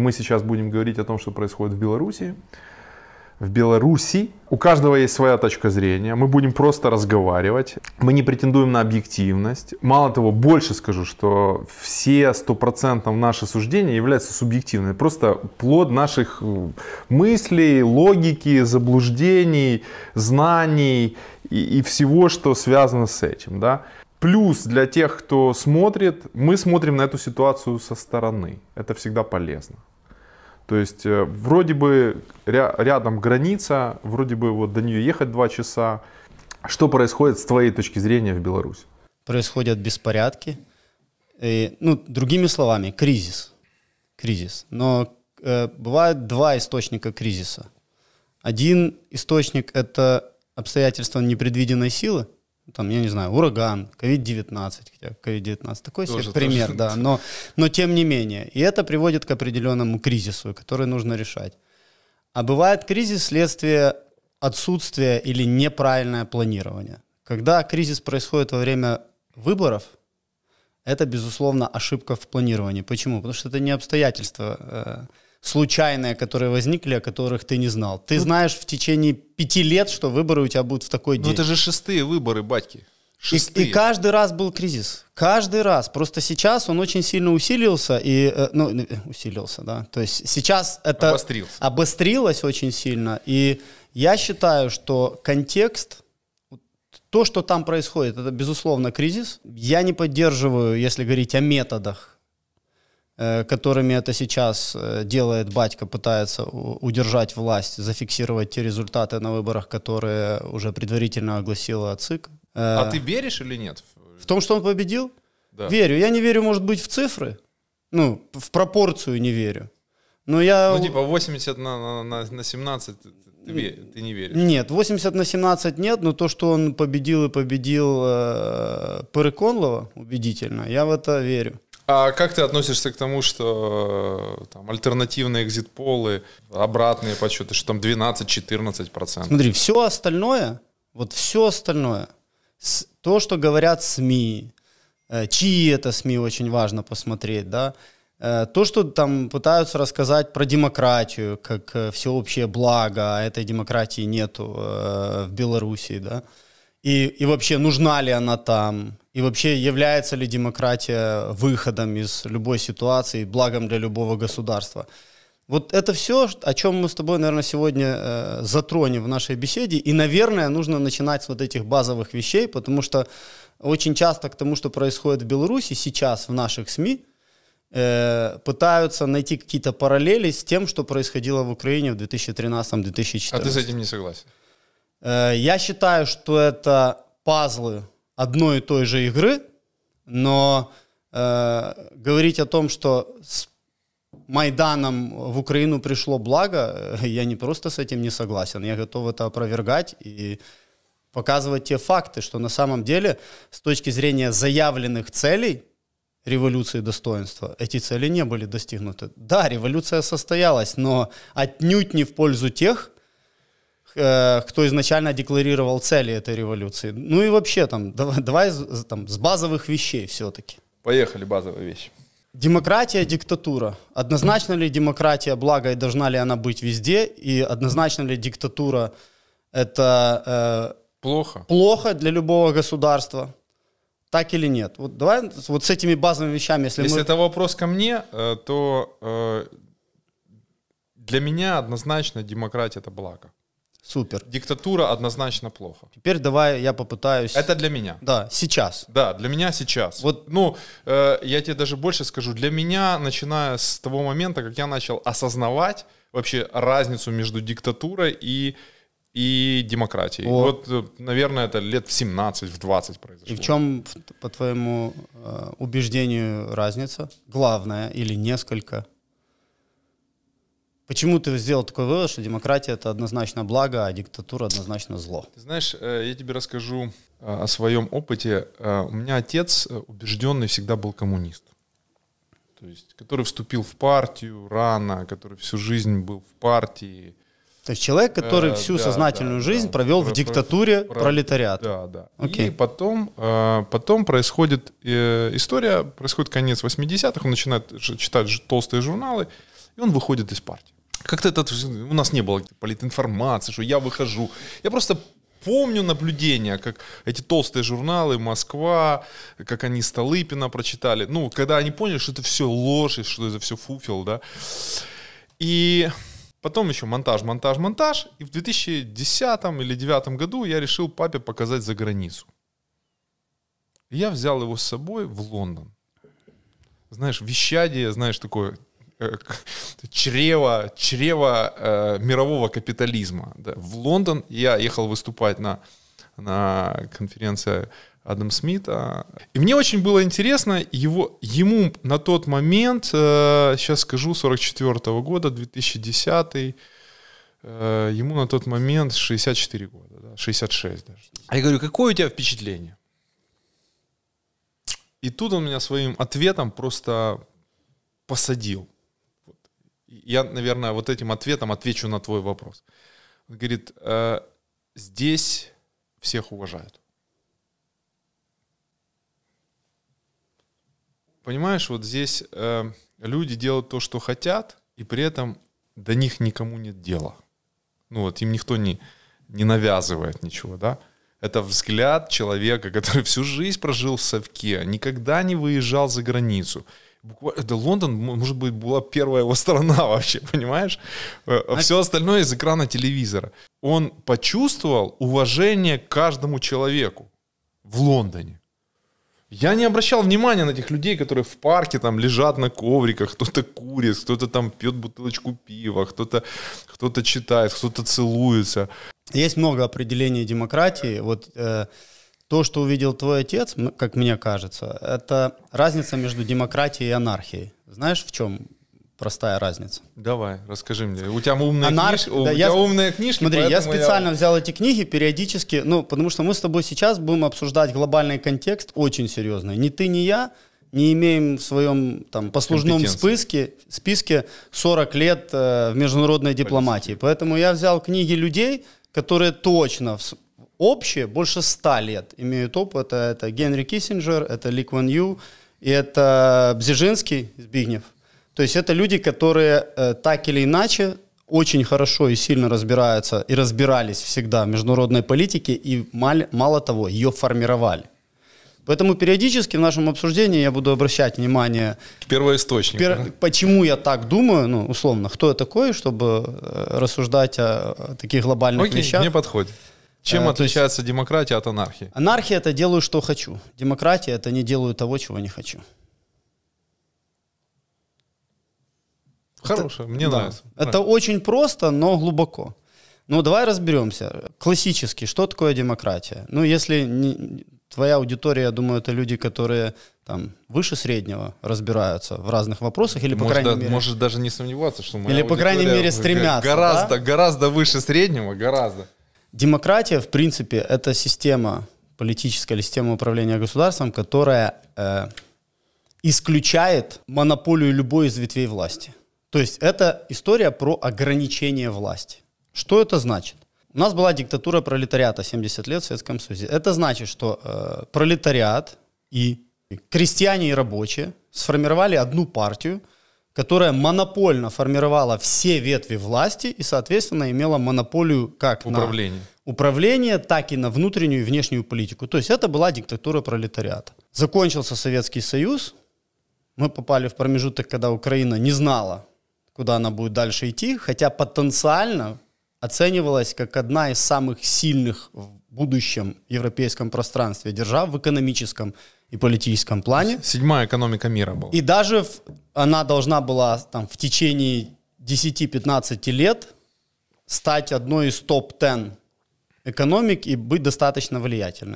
мы сейчас будем говорить о том, что происходит в Беларуси. В Беларуси у каждого есть своя точка зрения, мы будем просто разговаривать, мы не претендуем на объективность. Мало того, больше скажу, что все 100% наши суждения являются субъективными, просто плод наших мыслей, логики, заблуждений, знаний и всего, что связано с этим. Да? Плюс для тех, кто смотрит, мы смотрим на эту ситуацию со стороны, это всегда полезно. То есть вроде бы рядом граница, вроде бы вот до нее ехать 2 часа. Что происходит с твоей точки зрения в Беларуси? Происходят беспорядки. Другими словами, кризис. Но бывают 2 источника кризиса. Один источник – это обстоятельства непредвиденной силы. Там, я не знаю, ураган, COVID-19, хотя COVID-19 такой себе пример, да, но тем не менее. И это приводит к определенному кризису, который нужно решать. А бывает кризис вследствие отсутствия или неправильное планирование. Когда кризис происходит во время выборов, это, безусловно, ошибка в планировании. Почему? Потому что это не обстоятельства случайные, которые возникли, о которых ты не знал. Ты знаешь в течение 5 лет, что выборы у тебя будут в такой день. Ну это же 6-е выборы, батьки. 6-е. И каждый раз был кризис. Каждый раз. Просто сейчас он очень сильно усилился. Усилился, да. То есть сейчас это обострилось очень сильно. И я считаю, что контекст, то, что там происходит, это, безусловно, кризис. Я не поддерживаю, если говорить о методах, которыми это сейчас делает батька, пытается удержать власть, зафиксировать те результаты на выборах, которые уже предварительно огласила ЦИК. А ты веришь или нет? В том, что он победил? Да. Верю. Я не верю, может быть, в цифры. В пропорцию не верю. Но я... 80 на 17 ты не веришь? Нет, 80 на 17 нет, но то, что он победил переконливо, убедительно, я в это верю. А как ты относишься к тому, что там альтернативные экзит-полы, обратные подсчеты, что там 12-14%? Смотри, все остальное, то, что говорят СМИ, чьи это СМИ, очень важно посмотреть, да, то, что там пытаются рассказать про демократию, как всеобщее благо, а этой демократии нету в Белоруссии, да, и вообще нужна ли она там, и вообще является ли демократия выходом из любой ситуации, благом для любого государства. Вот это все, о чем мы с тобой, наверное, сегодня затронем в нашей беседе, и, наверное, нужно начинать с вот этих базовых вещей, потому что очень часто к тому, что происходит в Беларуси сейчас в наших СМИ, пытаются найти какие-то параллели с тем, что происходило в Украине в 2013-2014. А ты с этим не согласен? Я считаю, что это пазлы одной и той же игры, но говорить о том, что с Майданом в Украину пришло благо, я не просто с этим не согласен, я готов это опровергать и показывать те факты, что на самом деле с точки зрения заявленных целей революции достоинства, эти цели не были достигнуты. Да, революция состоялась, но отнюдь не в пользу тех, кто изначально декларировал цели этой революции. Ну и вообще, давай с базовых вещей все-таки. Поехали, базовые вещи. Демократия, диктатура. Однозначно ли демократия благо и должна ли она быть везде? И однозначно ли диктатура это плохо для любого государства? Так или нет? Вот давай вот с этими базовыми вещами. Если это вопрос ко мне, то для меня однозначно демократия это благо. Супер. Диктатура однозначно плохо. Теперь давай я попытаюсь... Это для меня. Да, сейчас. Да, для меня сейчас. Вот. Я тебе даже больше скажу. Для меня, начиная с того момента, как я начал осознавать вообще разницу между диктатурой и демократией. Вот, наверное, это лет в 17, в 20 произошло. И в чем, по твоему убеждению, разница? Главная или несколько? Почему ты сделал такой вывод, что демократия это однозначно благо, а диктатура однозначно зло? Ты знаешь, я тебе расскажу о своем опыте. У меня отец убежденный всегда был коммунист. То есть, который вступил в партию рано, который всю жизнь был в партии. То есть человек, который всю сознательную жизнь провел в диктатуре пролетариата. Да. Okay. И потом происходит история, происходит конец 80-х, он начинает читать толстые журналы, И он выходит из партии. Как-то у нас не было политинформации, что я выхожу. Я просто помню наблюдения, как эти толстые журналы «Москва», как они Столыпина прочитали. Ну, когда они поняли, что это все ложь, что это все фуфел, да. И потом еще монтаж. И в 2010 или 2009 году я решил папе показать за границу. И я взял его с собой в Лондон. Знаешь, вещание, знаешь, такое чрево мирового капитализма. Да. В Лондон я ехал выступать на конференции Адам Смита. И мне очень было интересно, ему на тот момент, сейчас скажу, 44-го года, 2010-й, ему на тот момент 64 года, да, 66 даже. А я говорю, какое у тебя впечатление? И тут он меня своим ответом просто посадил. Я, наверное, вот этим ответом отвечу на твой вопрос. Он говорит, здесь всех уважают. Понимаешь, вот здесь люди делают то, что хотят, и при этом до них никому нет дела. Ну вот им никто не навязывает ничего, да. Это взгляд человека, который всю жизнь прожил в совке, никогда не выезжал за границу. Это Лондон, может быть, была первая его страна вообще, понимаешь? А все остальное из экрана телевизора. Он почувствовал уважение к каждому человеку в Лондоне. Я не обращал внимания на этих людей, которые в парке там лежат на ковриках, кто-то курит, кто-то там пьет бутылочку пива, кто-то читает, кто-то целуется. Есть много определений демократии. Вот то, что увидел твой отец, как мне кажется, это разница между демократией и анархией. Знаешь, в чем простая разница? Давай, расскажи мне. У тебя умные книжки. Смотри, я специально взял эти книги периодически, потому что мы с тобой сейчас будем обсуждать глобальный контекст очень серьезный. Ни ты, ни я не имеем в своем послужном списке 40 лет в международной дипломатии. Поэтому я взял книги людей, которые точно общие больше 100 лет имеют опыт. Это Генри Киссинджер, это Ли Куан Ю, и это Бзежинский, Збигнев. То есть это люди, которые так или иначе очень хорошо и сильно разбираются и разбирались всегда в международной политике и, мало того, ее формировали. Поэтому периодически в нашем обсуждении я буду обращать внимание... Первоисточник. Почему я так думаю, условно, кто я такой, чтобы рассуждать о таких глобальных вещах. Мне подходит. Чем отличается демократия от анархии? Анархия – это делаю, что хочу. Демократия – это не делаю того, чего не хочу. Хорошее, мне нравится. Это очень просто, но глубоко. Давай разберемся. Классически, что такое демократия? Если твоя аудитория, я думаю, это люди, которые выше среднего разбираются в разных вопросах, или, по крайней мере... Можешь даже не сомневаться, что моя или, по крайней мере, стремятся. Гораздо выше среднего, гораздо. Демократия, в принципе, это система, политическая или система управления государством, которая исключает монополию любой из ветвей власти. То есть это история про ограничение власти. Что это значит? У нас была диктатура пролетариата 70 лет в Советском Союзе. Это значит, что пролетариат и крестьяне и рабочие сформировали одну партию, которая монопольно формировала все ветви власти и, соответственно, имела монополию как на управление, так и на внутреннюю и внешнюю политику. То есть это была диктатура пролетариата. Закончился Советский Союз, мы попали в промежуток, когда Украина не знала, куда она будет дальше идти, хотя потенциально оценивалась как одна из самых сильных в будущем европейском пространстве держав в экономическом и политическом плане. 7-я экономика мира была. И даже она должна была в течение 10-15 лет стать одной из топ-10 экономик и быть достаточно влиятельной.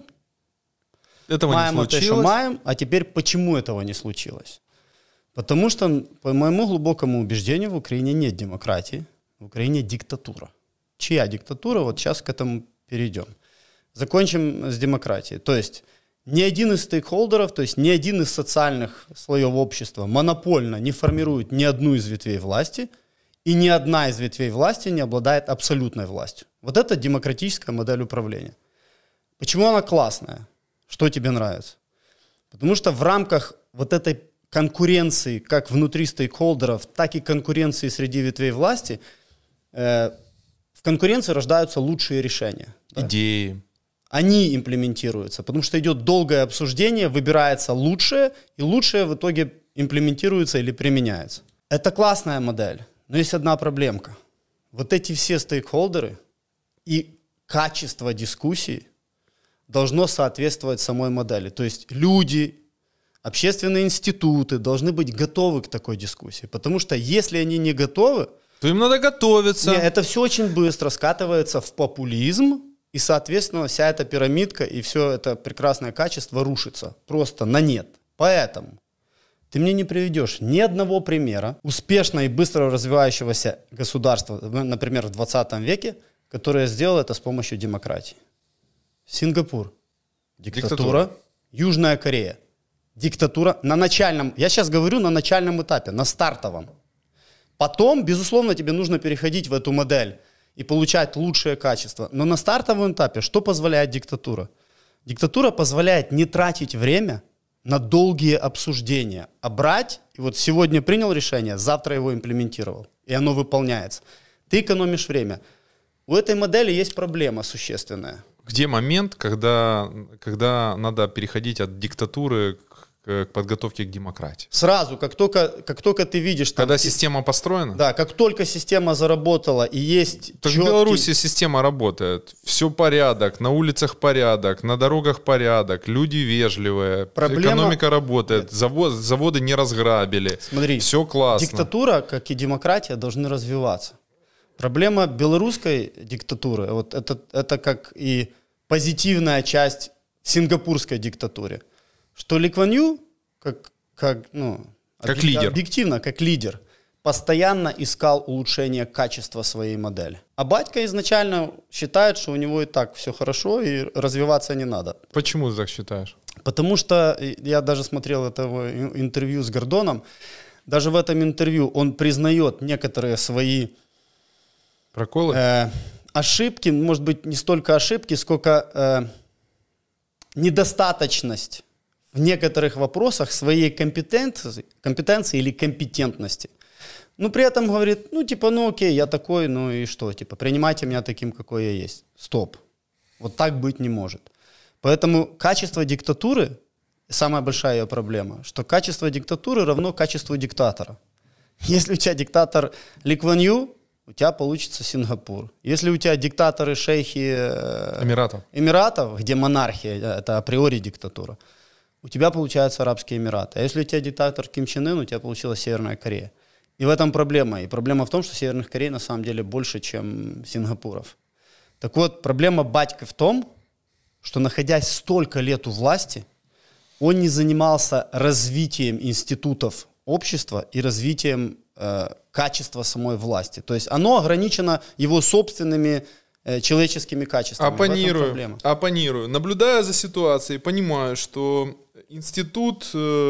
Этого маем не случилось. Это, что маем, а теперь почему этого не случилось? Потому что, по моему глубокому убеждению, в Украине нет демократии, в Украине диктатура. Чья диктатура? Вот сейчас к этому перейдем. Закончим с демократией. То есть ни один из стейкхолдеров, то есть ни один из социальных слоев общества монопольно не формирует ни одну из ветвей власти, и ни одна из ветвей власти не обладает абсолютной властью. Вот это демократическая модель управления. Почему она классная? Что тебе нравится? Потому что в рамках вот этой конкуренции как внутри стейкхолдеров, так и конкуренции среди ветвей власти, в конкуренции рождаются лучшие решения. Идеи. Они имплементируются, потому что идет долгое обсуждение, выбирается лучшее, и лучшее в итоге имплементируется или применяется. Это классная модель, но есть одна проблемка. Вот эти все стейкхолдеры и качество дискуссий должно соответствовать самой модели. То есть люди, общественные институты должны быть готовы к такой дискуссии. Потому что если они не готовы, то им надо готовиться. Это все очень быстро скатывается в популизм, и, соответственно, вся эта пирамидка и все это прекрасное качество рушится просто на нет. Поэтому ты мне не приведешь ни одного примера успешно и быстро развивающегося государства, например, в 20 веке, которое сделало это с помощью демократии. Сингапур. Диктатура. Южная Корея. Диктатура на начальном, я сейчас говорю на начальном этапе, на стартовом. Потом, безусловно, тебе нужно переходить в эту модель и получать лучшее качество. Но на стартовом этапе что позволяет диктатура? Диктатура позволяет не тратить время на долгие обсуждения, а брать, и вот сегодня принял решение, завтра его имплементировал, и оно выполняется. Ты экономишь время. У этой модели есть проблема существенная. Где момент, когда надо переходить от диктатуры к подготовке к демократии? Сразу, как только ты видишь... Когда система построена? Да, как только система заработала и есть так четкий... в Беларуси система работает. Все порядок, на улицах порядок, на дорогах порядок, люди вежливые, экономика работает, заводы не разграбили. Смотри, все классно. Диктатура, как и демократия, должны развиваться. Проблема белорусской диктатуры, вот это как и позитивная часть сингапурской диктатуры, что Ли Куан Ю, как лидер. Объективно, как лидер, постоянно искал улучшение качества своей модели. А батька изначально считает, что у него и так все хорошо и развиваться не надо. Почему ты так считаешь? Потому что я даже смотрел это интервью с Гордоном, даже в этом интервью он признает некоторые свои проколы? Ошибки, может быть, не столько ошибки, сколько недостаточность в некоторых вопросах своей компетенции или компетентности. Но при этом говорит, окей, я такой, и что, принимайте меня таким, какой я есть. Стоп. Вот так быть не может. Поэтому качество диктатуры, самая большая ее проблема, что качество диктатуры равно качеству диктатора. Если у тебя диктатор Ли Куан Ю, у тебя получится Сингапур. Если у тебя диктаторы, шейхи Эмиратов, где монархия, это априори диктатура, у тебя получаются Арабские Эмираты. А если у тебя диктатор Ким Чен Ын, у тебя получилась Северная Корея. И в этом проблема. И проблема в том, что Северных Корей на самом деле больше, чем Сингапуров. Так вот, проблема батька в том, что находясь столько лет у власти, он не занимался развитием институтов общества и развитием качества самой власти. То есть оно ограничено его собственными человеческими качествами. Оппонирую. Наблюдая за ситуацией, понимаю, что институт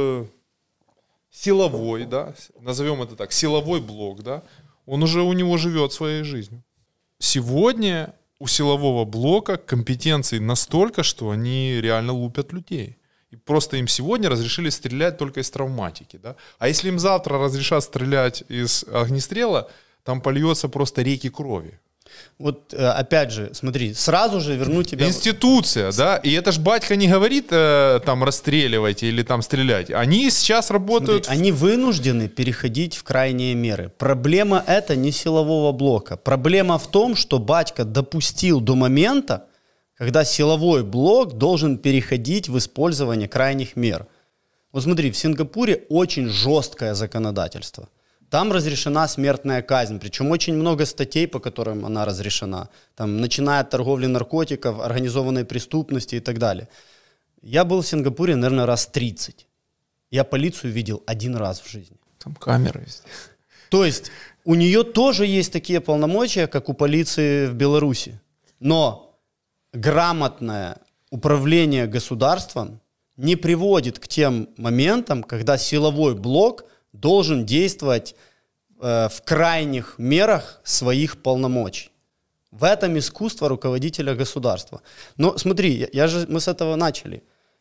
силовой, да, назовем это так, силовой блок, да, он уже у него живет своей жизнью. Сегодня у силового блока компетенции настолько, что они реально лупят людей. И просто им сегодня разрешили стрелять только из травматики. Да? А если им завтра разрешат стрелять из огнестрела, там польется просто реки крови. Вот опять же, смотри, сразу же верну тебя... Институция, да, и это ж батька не говорит там расстреливайте или там стрелять. Они сейчас работают... Смотри, они вынуждены переходить в крайние меры. Проблема это не силового блока. Проблема в том, что батька допустил до момента, когда силовой блок должен переходить в использование крайних мер. Вот смотри, в Сингапуре очень жесткое законодательство. Там разрешена смертная казнь, причем очень много статей, по которым она разрешена. Там, начиная от торговли наркотиков, организованной преступности и так далее. Я был в Сингапуре, наверное, раз 30. Я полицию видел один раз в жизни. Там камеры есть. То есть у нее тоже есть такие полномочия, как у полиции в Беларуси. Но грамотное управление государством не приводит к тем моментам, когда силовой блок должен действовать в крайних мерах своих полномочий. В этом искусство руководителя государства. Но смотри, мы с этого начали.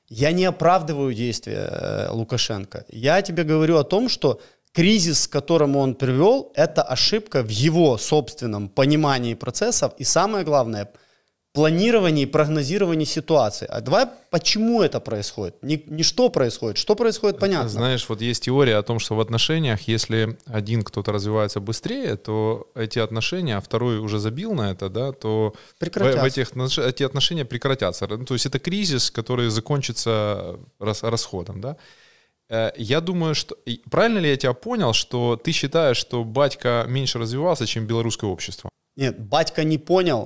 Я не оправдываю действия Лукашенко. Я тебе говорю о том, что кризис, к которому он привел, это ошибка в его собственном понимании процессов и, самое главное, планировании и прогнозировании ситуации. А давай, почему это происходит? Не что происходит, понятно. Знаешь, вот есть теория о том, что в отношениях, если один кто-то развивается быстрее, то эти отношения, а второй уже забил на это, да, то эти отношения прекратятся. Ну, то есть это кризис, который закончится расходом, да. Я думаю, что... Правильно ли я тебя понял, что ты считаешь, что батька меньше развивался, чем белорусское общество? Нет, батька не понял,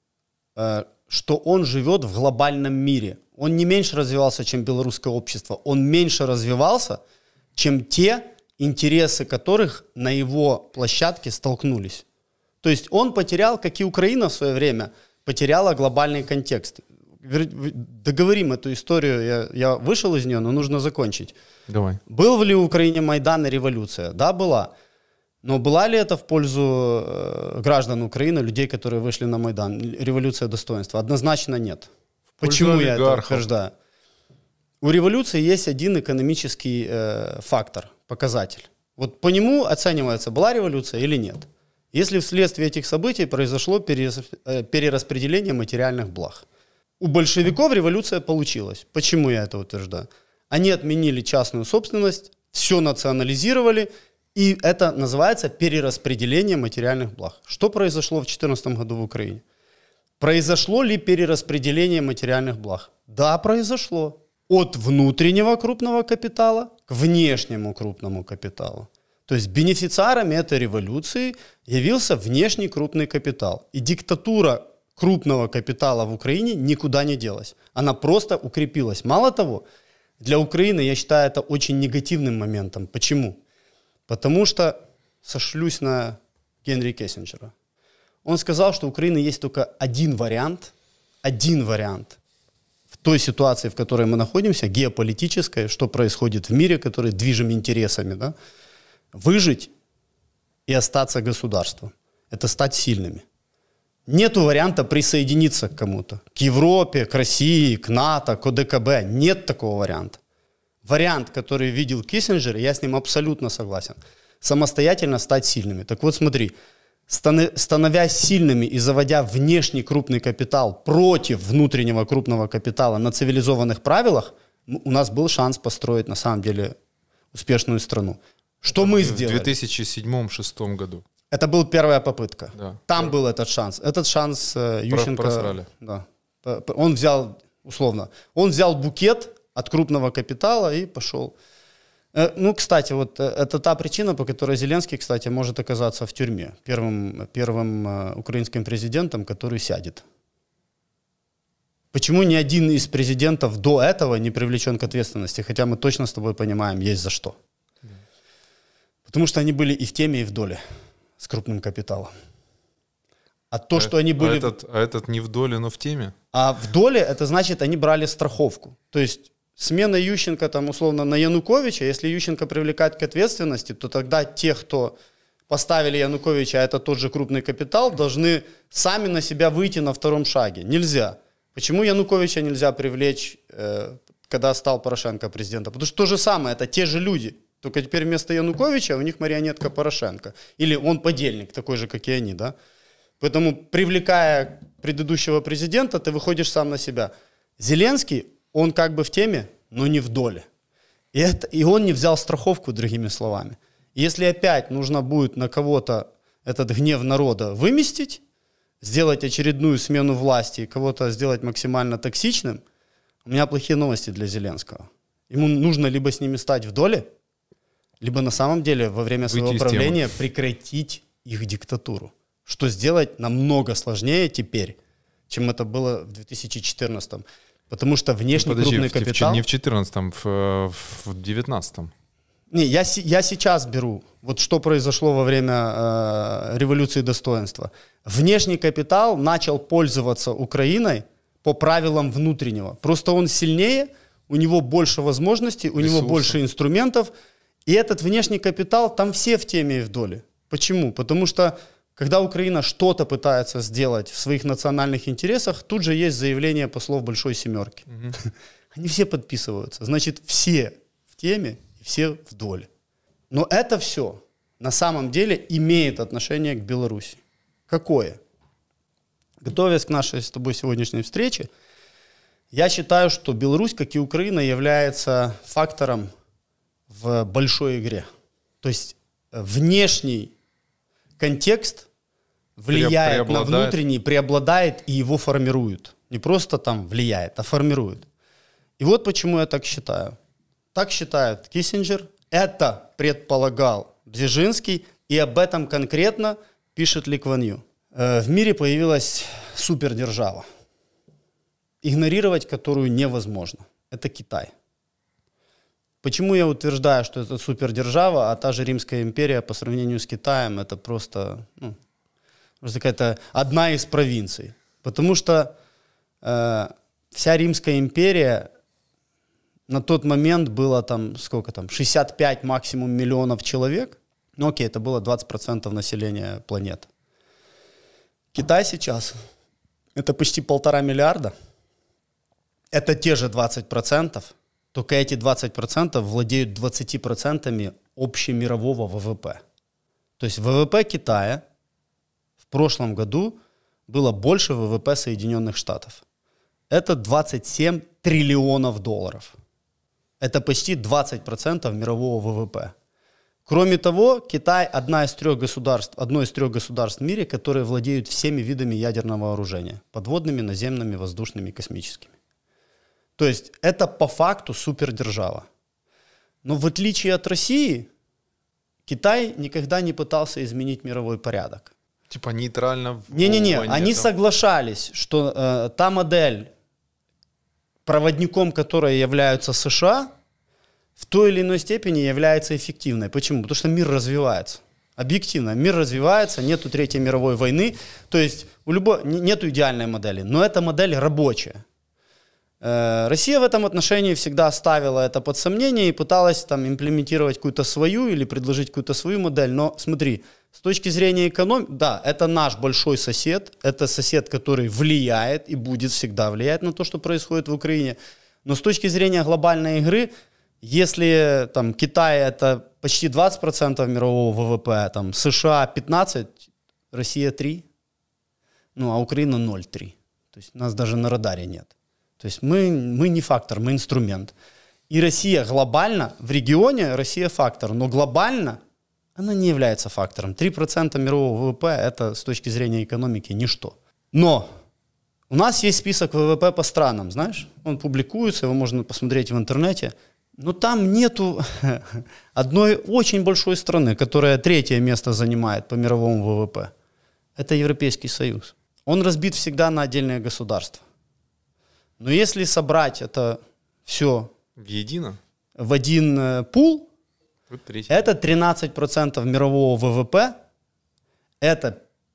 что он живет в глобальном мире. Он не меньше развивался, чем белорусское общество. Он меньше развивался, чем те, интересы которых на его площадке столкнулись. То есть он потерял, как и Украина в свое время, потеряла глобальный контекст. Договорим эту историю. Я вышел из нее, но нужно закончить. Давай. Был ли в Украине Майдан и революция? Да, была. Но была ли это в пользу граждан Украины, людей, которые вышли на Майдан? Революция достоинства? Однозначно нет. Почему я это утверждаю? У революции есть один экономический фактор, показатель. Вот по нему оценивается, была революция или нет. Если вследствие этих событий произошло перераспределение материальных благ. У большевиков революция получилась. Почему я это утверждаю? Они отменили частную собственность, все национализировали, и это называется перераспределение материальных благ. Что произошло в 2014 году в Украине? Произошло ли перераспределение материальных благ? Да, произошло. От внутреннего крупного капитала к внешнему крупному капиталу. То есть бенефициарами этой революции явился внешний крупный капитал. И диктатура крупного капитала в Украине никуда не делась. Она просто укрепилась. Мало того, для Украины я считаю это очень негативным моментом. Почему? Потому что, сошлюсь на Генри Киссинджера, он сказал, что у Украины есть только один вариант в той ситуации, в которой мы находимся, геополитической, что происходит в мире, который движим интересами, да? Выжить и остаться государством. Это стать сильными. Нету варианта присоединиться к кому-то. К Европе, к России, к НАТО, к ОДКБ. Нет такого варианта. Вариант, который видел Киссинджер, я с ним абсолютно согласен. Самостоятельно стать сильными. Так вот смотри, становясь сильными и заводя внешний крупный капитал против внутреннего крупного капитала на цивилизованных правилах, у нас был шанс построить на самом деле успешную страну. Что мы сделали? В 2007-2006 году. Это была первая попытка. Да. Там был этот шанс. Этот шанс Ющенко... Просрали. Да. Он взял, условно, он взял букет от крупного капитала и пошел. Ну, кстати, вот это та причина, по которой Зеленский, кстати, может оказаться в тюрьме. Первым украинским президентом, который сядет. Почему ни один из президентов до этого не привлечен к ответственности? Хотя мы точно с тобой понимаем, есть за что. Потому что они были и в теме, и в доле с крупным капиталом. А то, что они были... этот не в доле, но в теме? А в доле, это значит, они брали страховку. То есть смена Ющенко, там, условно, на Януковича, если Ющенко привлекать к ответственности, то тогда те, кто поставили Януковича, а это тот же крупный капитал, должны сами на себя выйти на втором шаге. Нельзя. Почему Януковича нельзя привлечь, когда стал Порошенко президентом? Потому что то же самое, это те же люди. Только теперь вместо Януковича у них марионетка Порошенко. Или он подельник, такой же, как и они, да? Поэтому, привлекая предыдущего президента, ты выходишь сам на себя. Зеленский, он как бы в теме, но не в доле. И он не взял страховку, другими словами. Если опять нужно будет на кого-то этот гнев народа выместить, сделать очередную смену власти и кого-то сделать максимально токсичным, у меня плохие новости для Зеленского. Ему нужно либо с ними стать в доле, либо на самом деле во время своего правления прекратить их диктатуру. Что сделать намного сложнее теперь, чем это было в 2014-м. Потому что внешний крупный капитал... Не в 2014-м, в 2019-м. Не, я сейчас беру, вот что произошло во время революции достоинства. Внешний капитал начал пользоваться Украиной по правилам внутреннего. Просто он сильнее, у него больше возможностей, у него больше инструментов. И этот внешний капитал, там все в теме и в доле. Почему? Потому что, когда Украина что-то пытается сделать в своих национальных интересах, тут же есть заявление послов Большой Семерки. они все подписываются. Значит, все в теме, все в доле. Но это все на самом деле имеет отношение к Беларуси. Какое? Готовясь к нашей с тобой сегодняшней встрече, я считаю, что Беларусь, как и Украина, является фактором в большой игре. То есть внешний контекст влияет на внутренний, преобладает и его формирует. Не просто там влияет, а формирует. И вот почему я так считаю. Так считает Киссинджер, это предполагал Бжезинский, и об этом конкретно пишет Ли Кван Ю. В мире появилась супердержава, игнорировать которую невозможно. Это Китай. Почему я утверждаю, что это супердержава, а та же Римская империя по сравнению с Китаем это просто какая-то одна из провинций. Потому что вся Римская империя на тот момент было там, 65 максимум миллионов человек. Ну окей, это было 20% населения планеты. Китай сейчас это почти 1,5 миллиарда. Это те же 20%, только эти 20% владеют 20% общемирового ВВП. То есть ВВП Китая в прошлом году было больше ВВП Соединенных Штатов. Это 27 триллионов долларов. Это почти 20% мирового ВВП. Кроме того, Китай одно из трех государств в мире, которые владеют всеми видами ядерного вооружения. Подводными, наземными, воздушными, космическими. То есть это по факту супердержава. Но в отличие от России, Китай никогда не пытался изменить мировой порядок. Типа нейтрально. Не-не-не, они соглашались, что та модель, проводником которой являются США, в той или иной степени является эффективной. Почему? Потому что мир развивается. Объективно, мир развивается, нету Третьей мировой войны, то есть нету идеальной модели, но эта модель рабочая. Россия в этом отношении всегда ставила это под сомнение и пыталась там имплементировать какую-то свою или предложить какую-то свою модель. Но смотри, с точки зрения экономики, да, это наш большой сосед, это сосед, который влияет и будет всегда влиять на то, что происходит в Украине. Но с точки зрения глобальной игры, если там Китай это почти 20% мирового ВВП, там США 15%, Россия 3%, а Украина 0,3%. То есть нас даже на радаре нет. То есть мы не фактор, мы инструмент. И Россия глобально, в регионе Россия фактор, но глобально она не является фактором. 3% мирового ВВП это с точки зрения экономики ничто. Но у нас есть список ВВП по странам, знаешь? Он публикуется, его можно посмотреть в интернете. Но там нету одной очень большой страны, которая 3-е место занимает по мировому ВВП. Это Европейский Союз. Он разбит всегда на отдельные государства. Но если собрать это все в один пул, это 13% мирового ВВП, это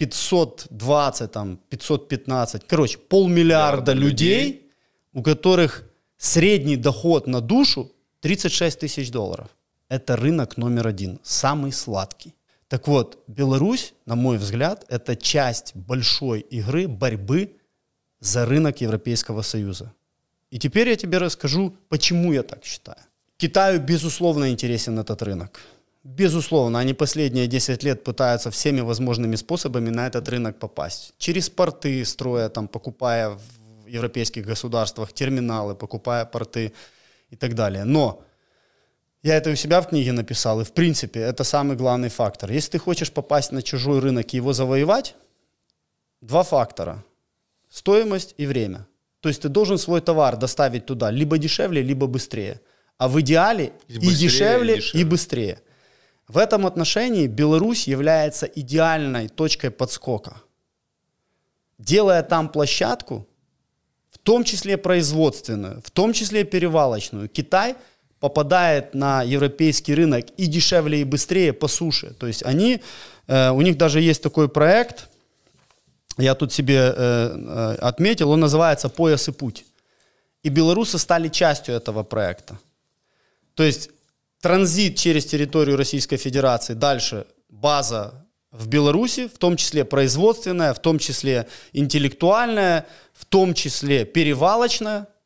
520, 515, полмиллиарда людей, у которых средний доход на душу 36 тысяч долларов. Это рынок номер 1, самый сладкий. Так вот, Беларусь, на мой взгляд, это часть большой игры борьбы за рынок Европейского Союза. И теперь я тебе расскажу, почему я так считаю. Китаю, безусловно, интересен этот рынок. Безусловно, они последние 10 лет пытаются всеми возможными способами на этот рынок попасть. Через порты строя, покупая в европейских государствах терминалы, покупая порты и так далее. Но я это у себя в книге написал, и в принципе это самый главный фактор. Если ты хочешь попасть на чужой рынок и его завоевать, 2 фактора. Стоимость и время. То есть ты должен свой товар доставить туда либо дешевле, либо быстрее. А в идеале и дешевле, и быстрее. В этом отношении Беларусь является идеальной точкой подскока. Делая там площадку, в том числе производственную, в том числе перевалочную, Китай попадает на европейский рынок и дешевле, и быстрее по суше. То есть у них даже есть такой проект, я тут себе отметил, он называется «Пояс и путь». И белорусы стали частью этого проекта. То есть транзит через территорию Российской Федерации, дальше база в Беларуси, в том числе производственная, в том числе интеллектуальная, в том числе перевалочная.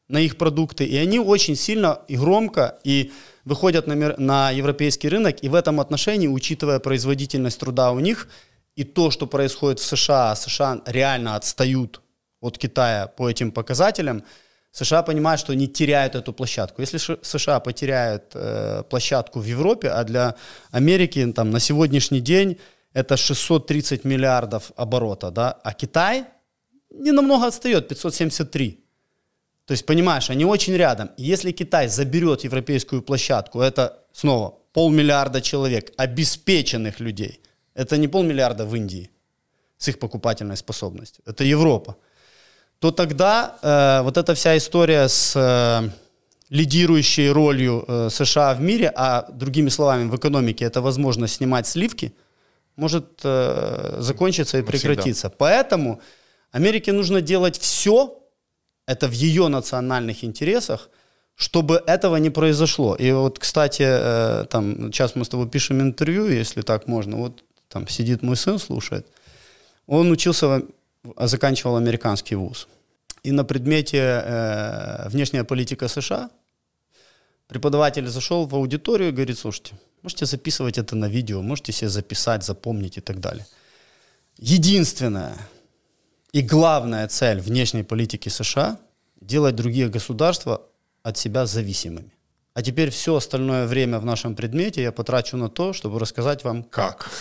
на их продукты, и они очень сильно и громко и выходят на европейский рынок, и в этом отношении, учитывая производительность труда у них, и то, что происходит в США, США реально отстают от Китая по этим показателям, США понимают, что они теряют эту площадку. Если США потеряют площадку в Европе, а для Америки там, на сегодняшний день это 630 миллиардов оборота, да, а Китай не намного отстает, 573. То есть, понимаешь, они очень рядом. И если Китай заберет европейскую площадку, это снова 500 миллиарда человек, обеспеченных людей. Это не 500 миллиарда в Индии с их покупательной способностью. Это Европа. То тогда вот эта вся история с лидирующей ролью США в мире, а другими словами в экономике это возможность снимать сливки, может закончиться и прекратиться. Поэтому Америке нужно делать все, это в ее национальных интересах, чтобы этого не произошло. И вот, кстати, там, сейчас мы с тобой пишем интервью, если так можно, вот там сидит мой сын, слушает. Он учился, заканчивал американский вуз. И на предмете внешняя политика США преподаватель зашел в аудиторию и говорит, слушайте, можете записывать это на видео, можете себе записать, запомнить и так далее. Единственная и главная цель внешней политики США – делать другие государства от себя зависимыми. А теперь все остальное время в нашем предмете я потрачу на то, чтобы рассказать вам как.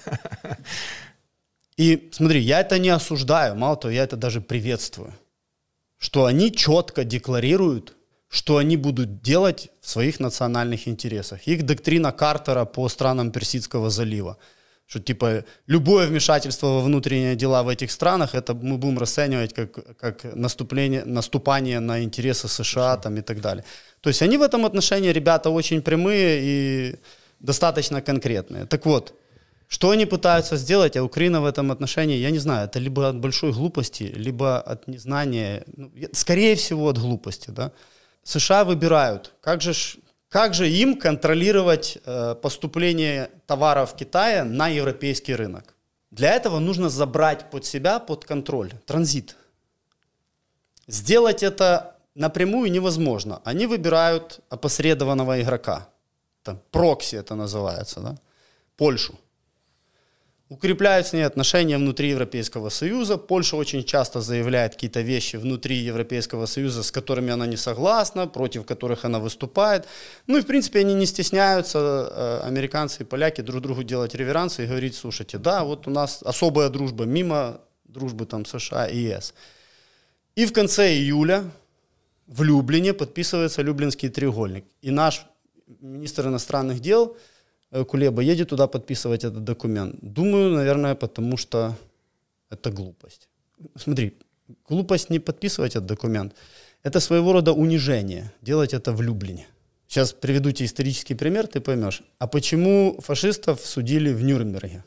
И смотри, я это не осуждаю, мало того, я это даже приветствую. Что они четко декларируют, что они будут делать в своих национальных интересах. Их доктрина Картера по странам Персидского залива. Что типа любое вмешательство во внутренние дела в этих странах, это мы будем расценивать как наступание на интересы США там, и так далее. То есть они в этом отношении, ребята, очень прямые и достаточно конкретные. Так вот, что они пытаются сделать, а Украина в этом отношении, я не знаю, это либо от большой глупости, либо от незнания, ну, скорее всего от глупости. Да? США выбирают, как же им контролировать поступление товаров Китая на европейский рынок. Для этого нужно забрать под себя, под контроль, транзит. Сделать это напрямую невозможно. Они выбирают опосредованного игрока. Там, прокси это называется, да? Польшу. Укрепляют с ней отношения внутри Европейского Союза. Польша очень часто заявляет какие-то вещи внутри Европейского Союза, с которыми она не согласна, против которых она выступает. Ну и в принципе они не стесняются, американцы и поляки, друг другу делать реверансы и говорить, слушайте, да, вот у нас особая дружба, мимо дружбы там США и ЕС. И в конце июля в Люблине подписывается Люблинский треугольник. И наш министр иностранных дел Кулеба едет туда подписывать этот документ. Думаю, наверное, потому что это глупость. Смотри, глупость не подписывать этот документ. Это своего рода унижение. Делать это в Люблине. Сейчас приведу тебе исторический пример, ты поймешь. А почему фашистов судили в Нюрнберге?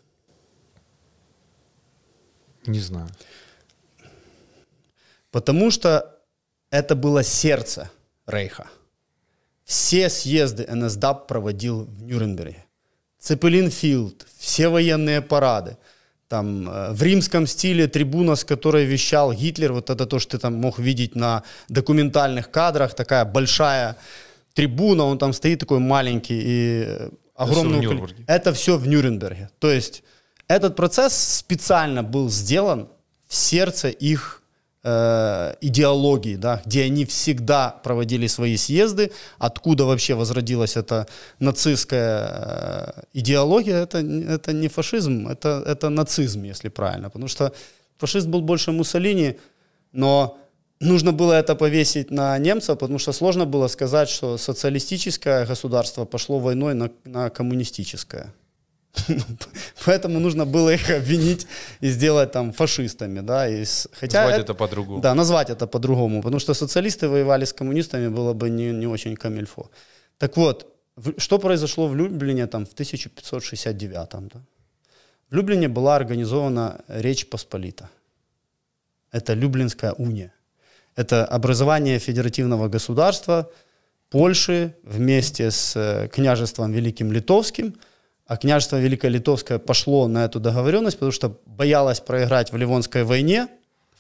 Не знаю. Потому что это было сердце Рейха. Все съезды НСДАП проводил в Нюрнберге. Цепелинфилд, все военные парады. Там, в римском стиле трибуна, с которой вещал Гитлер, вот это то, что ты там мог видеть на документальных кадрах, такая большая трибуна, он там стоит такой маленький и огромный. Это все в Нюрнберге. То есть этот процесс специально был сделан в сердце их идеологии, да, где они всегда проводили свои съезды, откуда вообще возродилась эта нацистская идеология, это не фашизм, это нацизм, если правильно, потому что фашист был больше Муссолини, но нужно было это повесить на немцев, потому что сложно было сказать, что социалистическое государство пошло войной на коммунистическое. Поэтому нужно было их обвинить и сделать там фашистами. Да? Назвать это по-другому. Да, назвать это по-другому. Потому что социалисты воевали с коммунистами, было бы не очень камильфо. Так вот, что произошло в Люблине там, в 1569-м? Да? В Люблине была организована Речь Посполита. Это Люблинская уния. Это образование федеративного государства Польши вместе с княжеством Великим Литовским. А княжество Великое Литовское пошло на эту договоренность, потому что боялось проиграть в Ливонской войне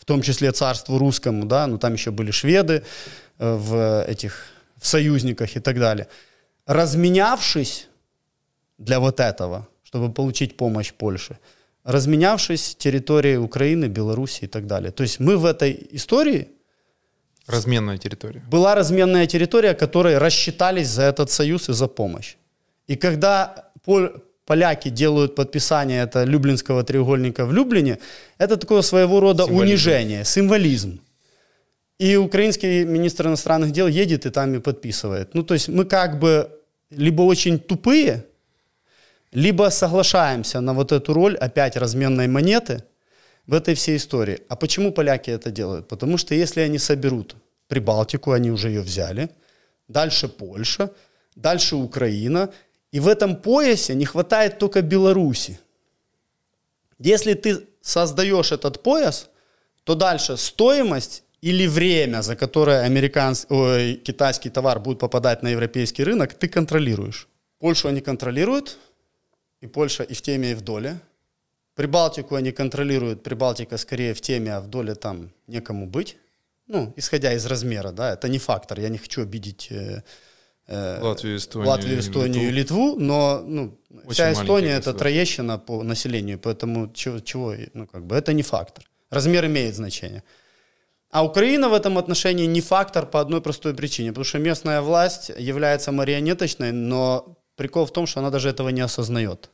в том числе царству русскому, да, но там еще были шведы в союзниках и так далее. Разменявшись для вот этого, чтобы получить помощь Польше, разменявшись территорией Украины, Белоруссии и так далее. То есть мы в этой истории... Разменная территория. Была разменная территория, которые рассчитались за этот союз и за помощь. И когда поляки делают подписание этого Люблинского треугольника в Люблине, это такое своего рода унижение, символизм. И украинский министр иностранных дел едет и там и подписывает. Ну, то есть мы как бы либо очень тупые, либо соглашаемся на вот эту роль опять разменной монеты в этой всей истории. А почему поляки это делают? Потому что если они соберут Прибалтику, они уже ее взяли, дальше Польша, дальше Украина, и в этом поясе не хватает только Беларуси. Если ты создаешь этот пояс, то дальше стоимость или время, за которое китайский товар будет попадать на европейский рынок, ты контролируешь. Польшу они контролируют, и Польша и в теме, и в доле. Прибалтику они контролируют, Прибалтика скорее в теме, а в доле там некому быть. Ну, исходя из размера, да, это не фактор, я не хочу обидеть Латвию, Эстонию и Литву, но вся Эстония это троещина по населению, поэтому это не фактор. Размер имеет значение. А Украина в этом отношении не фактор по одной простой причине, потому что местная власть является марионеточной, но прикол в том, что она даже этого не осознает.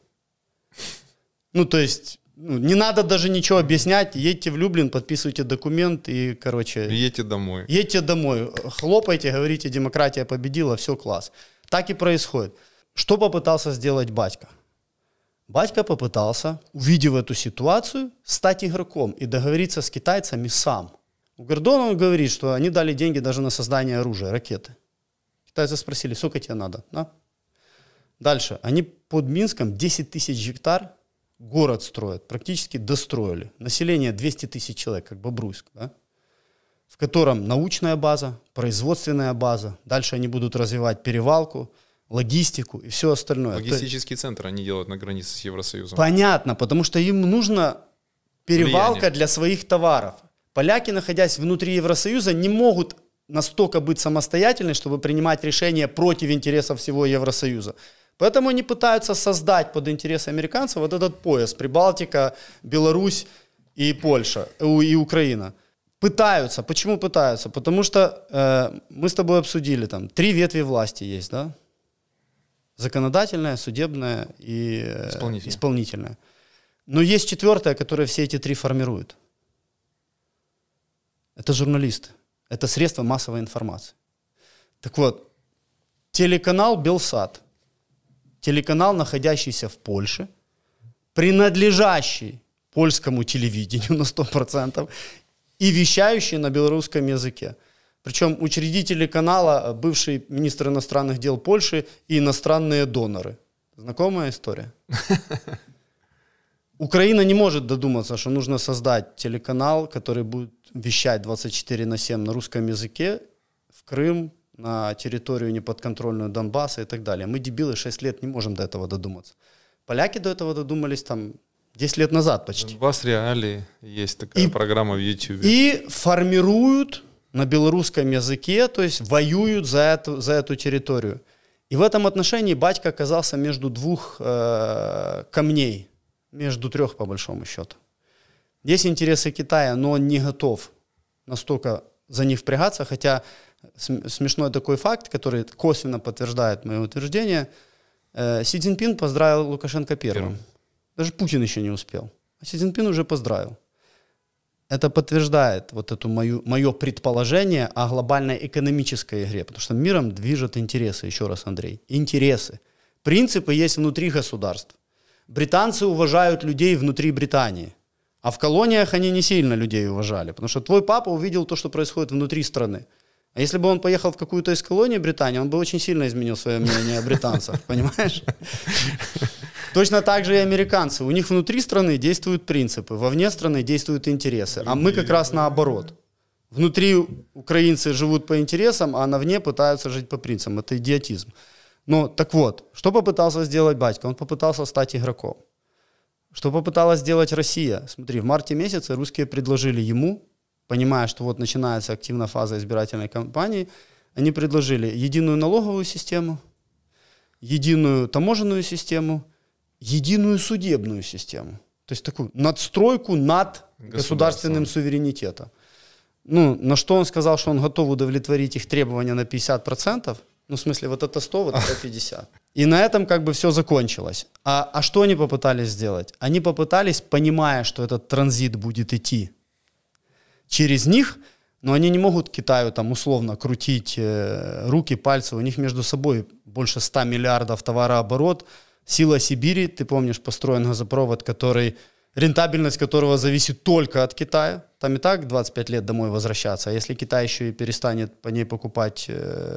Ну, то есть, не надо даже ничего объяснять, едьте в Люблин, подписывайте документ и, едьте домой. Едьте домой, хлопайте, говорите, демократия победила, все класс. Так и происходит. Что попытался сделать батька? Батька попытался, увидев эту ситуацию, стать игроком и договориться с китайцами сам. У Гордона он говорит, что они дали деньги даже на создание оружия, ракеты. Китайцы спросили, сколько тебе надо? На. Дальше. Они под Минском 10 тысяч гектар город строят, практически достроили. Население 200 тысяч человек, как Бобруйск, да? В котором научная база, производственная база. Дальше они будут развивать перевалку, логистику и все остальное. Логистический центр они делают на границе с Евросоюзом. Понятно, потому что им нужна перевалка для своих товаров. Поляки, находясь внутри Евросоюза, не могут настолько быть самостоятельны, чтобы принимать решения против интересов всего Евросоюза. Поэтому они пытаются создать под интересы американцев вот этот пояс Прибалтика, Беларусь и Польша, и Украина. Пытаются. Почему пытаются? Потому что мы с тобой обсудили, там 3 ветви власти есть, да? Законодательная, судебная и исполнительная. Но есть 4-я, которая все эти 3 формирует. Это журналисты. Это средства массовой информации. Так вот, телеканал Белсат, телеканал, находящийся в Польше, принадлежащий польскому телевидению на 100% и вещающий на белорусском языке. Причем учредители канала, бывший министр иностранных дел Польши и иностранные доноры. Знакомая история? Украина не может додуматься, что нужно создать телеканал, который будет вещать 24/7 на русском языке в Крым, на территорию неподконтрольную Донбасса и так далее. Мы, дебилы, 6 лет не можем до этого додуматься. Поляки до этого додумались там 10 лет назад почти. Донбасс реалии, есть такая программа в YouTube. И формируют на белорусском языке, то есть воюют за эту территорию. И в этом отношении батька оказался между 2 камней, между 3 по большому счету. Есть интересы Китая, но он не готов настолько за них впрягаться, хотя смешной такой факт, который косвенно подтверждает мое утверждение. Си Цзиньпин поздравил Лукашенко первым. Даже Путин еще не успел. А Си Цзиньпин уже поздравил. Это подтверждает вот это мое предположение о глобальной экономической игре, потому что миром движут интересы, еще раз, Андрей, интересы. Принципы есть внутри государств. Британцы уважают людей внутри Британии, а в колониях они не сильно людей уважали, потому что твой папа увидел то, что происходит внутри страны. А если бы он поехал в какую-то из колоний Британии, он бы очень сильно изменил свое мнение о британцах, понимаешь? Точно так же и американцы. У них внутри страны действуют принципы, вовне страны действуют интересы, а мы как раз наоборот. Внутри украинцы живут по интересам, а навне пытаются жить по принципам. Это идиотизм. Но так вот, что попытался сделать батька? Он попытался стать игроком. Что попыталась сделать Россия? Смотри, в марте месяце русские предложили ему понимая, что вот начинается активная фаза избирательной кампании, они предложили единую налоговую систему, единую таможенную систему, единую судебную систему. То есть такую надстройку над государственным суверенитетом. Ну, на что он сказал, что он готов удовлетворить их требования на 50%. Ну, в смысле, вот это 100, вот это 50. И на этом как бы все закончилось. А что они попытались сделать? Они попытались, понимая, что этот транзит будет идти через них, но они не могут Китаю там условно крутить руки, пальцы. У них между собой больше 100 миллиардов товарооборот. Сила Сибири, ты помнишь, построен газопровод, рентабельность которого зависит только от Китая. Там и так 25 лет домой возвращаться. А если Китай еще и перестанет по ней покупать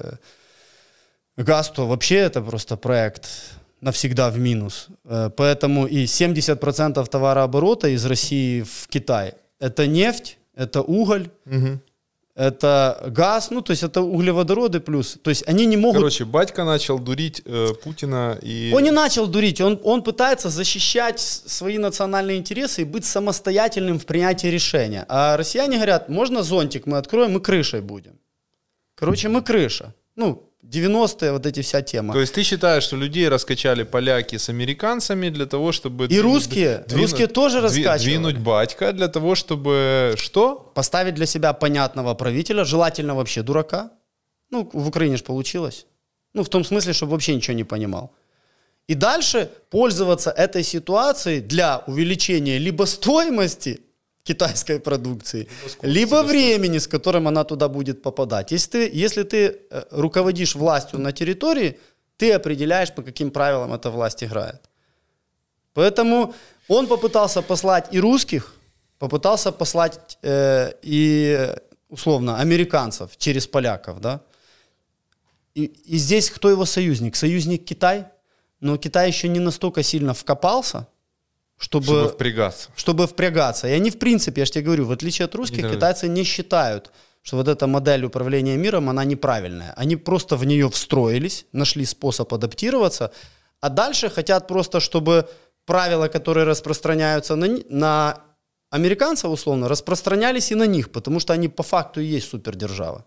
газ, то вообще это просто проект навсегда в минус. Поэтому и 70% товарооборота из России в Китай – это нефть, это уголь, это газ, ну, то есть это углеводороды плюс. То есть они не могут... Короче, батька начал дурить Путина и... Он не начал дурить, он пытается защищать свои национальные интересы и быть самостоятельным в принятии решения. А россияне говорят, можно зонтик мы откроем, мы крышей будем. Короче, мы крыша. Ну, 90-е, вот эти вся тема. То есть ты считаешь, что людей раскачали поляки с американцами для того, чтобы... И русские тоже раскачивали. Двинуть батька для того, чтобы что? Поставить для себя понятного правителя, желательно вообще дурака. Ну, в Украине же получилось. Ну, в том смысле, чтобы вообще ничего не понимал. И дальше пользоваться этой ситуацией для увеличения либо стоимости китайской продукции, либо времени, с которым она туда будет попадать. Если ты руководишь властью на территории, ты определяешь, по каким правилам эта власть играет. Поэтому он попытался послать и русских, попытался послать и, условно, американцев через поляков. Да? И здесь кто его союзник? Союзник Китай, но Китай еще не настолько сильно вкопался, чтобы впрягаться. И они, в принципе, я же тебе говорю, в отличие от русских, китайцы не считают, что вот эта модель управления миром, она неправильная. Они просто в нее встроились, нашли способ адаптироваться, а дальше хотят просто, чтобы правила, которые распространяются на американцев, условно, распространялись и на них, потому что они по факту и есть супердержава.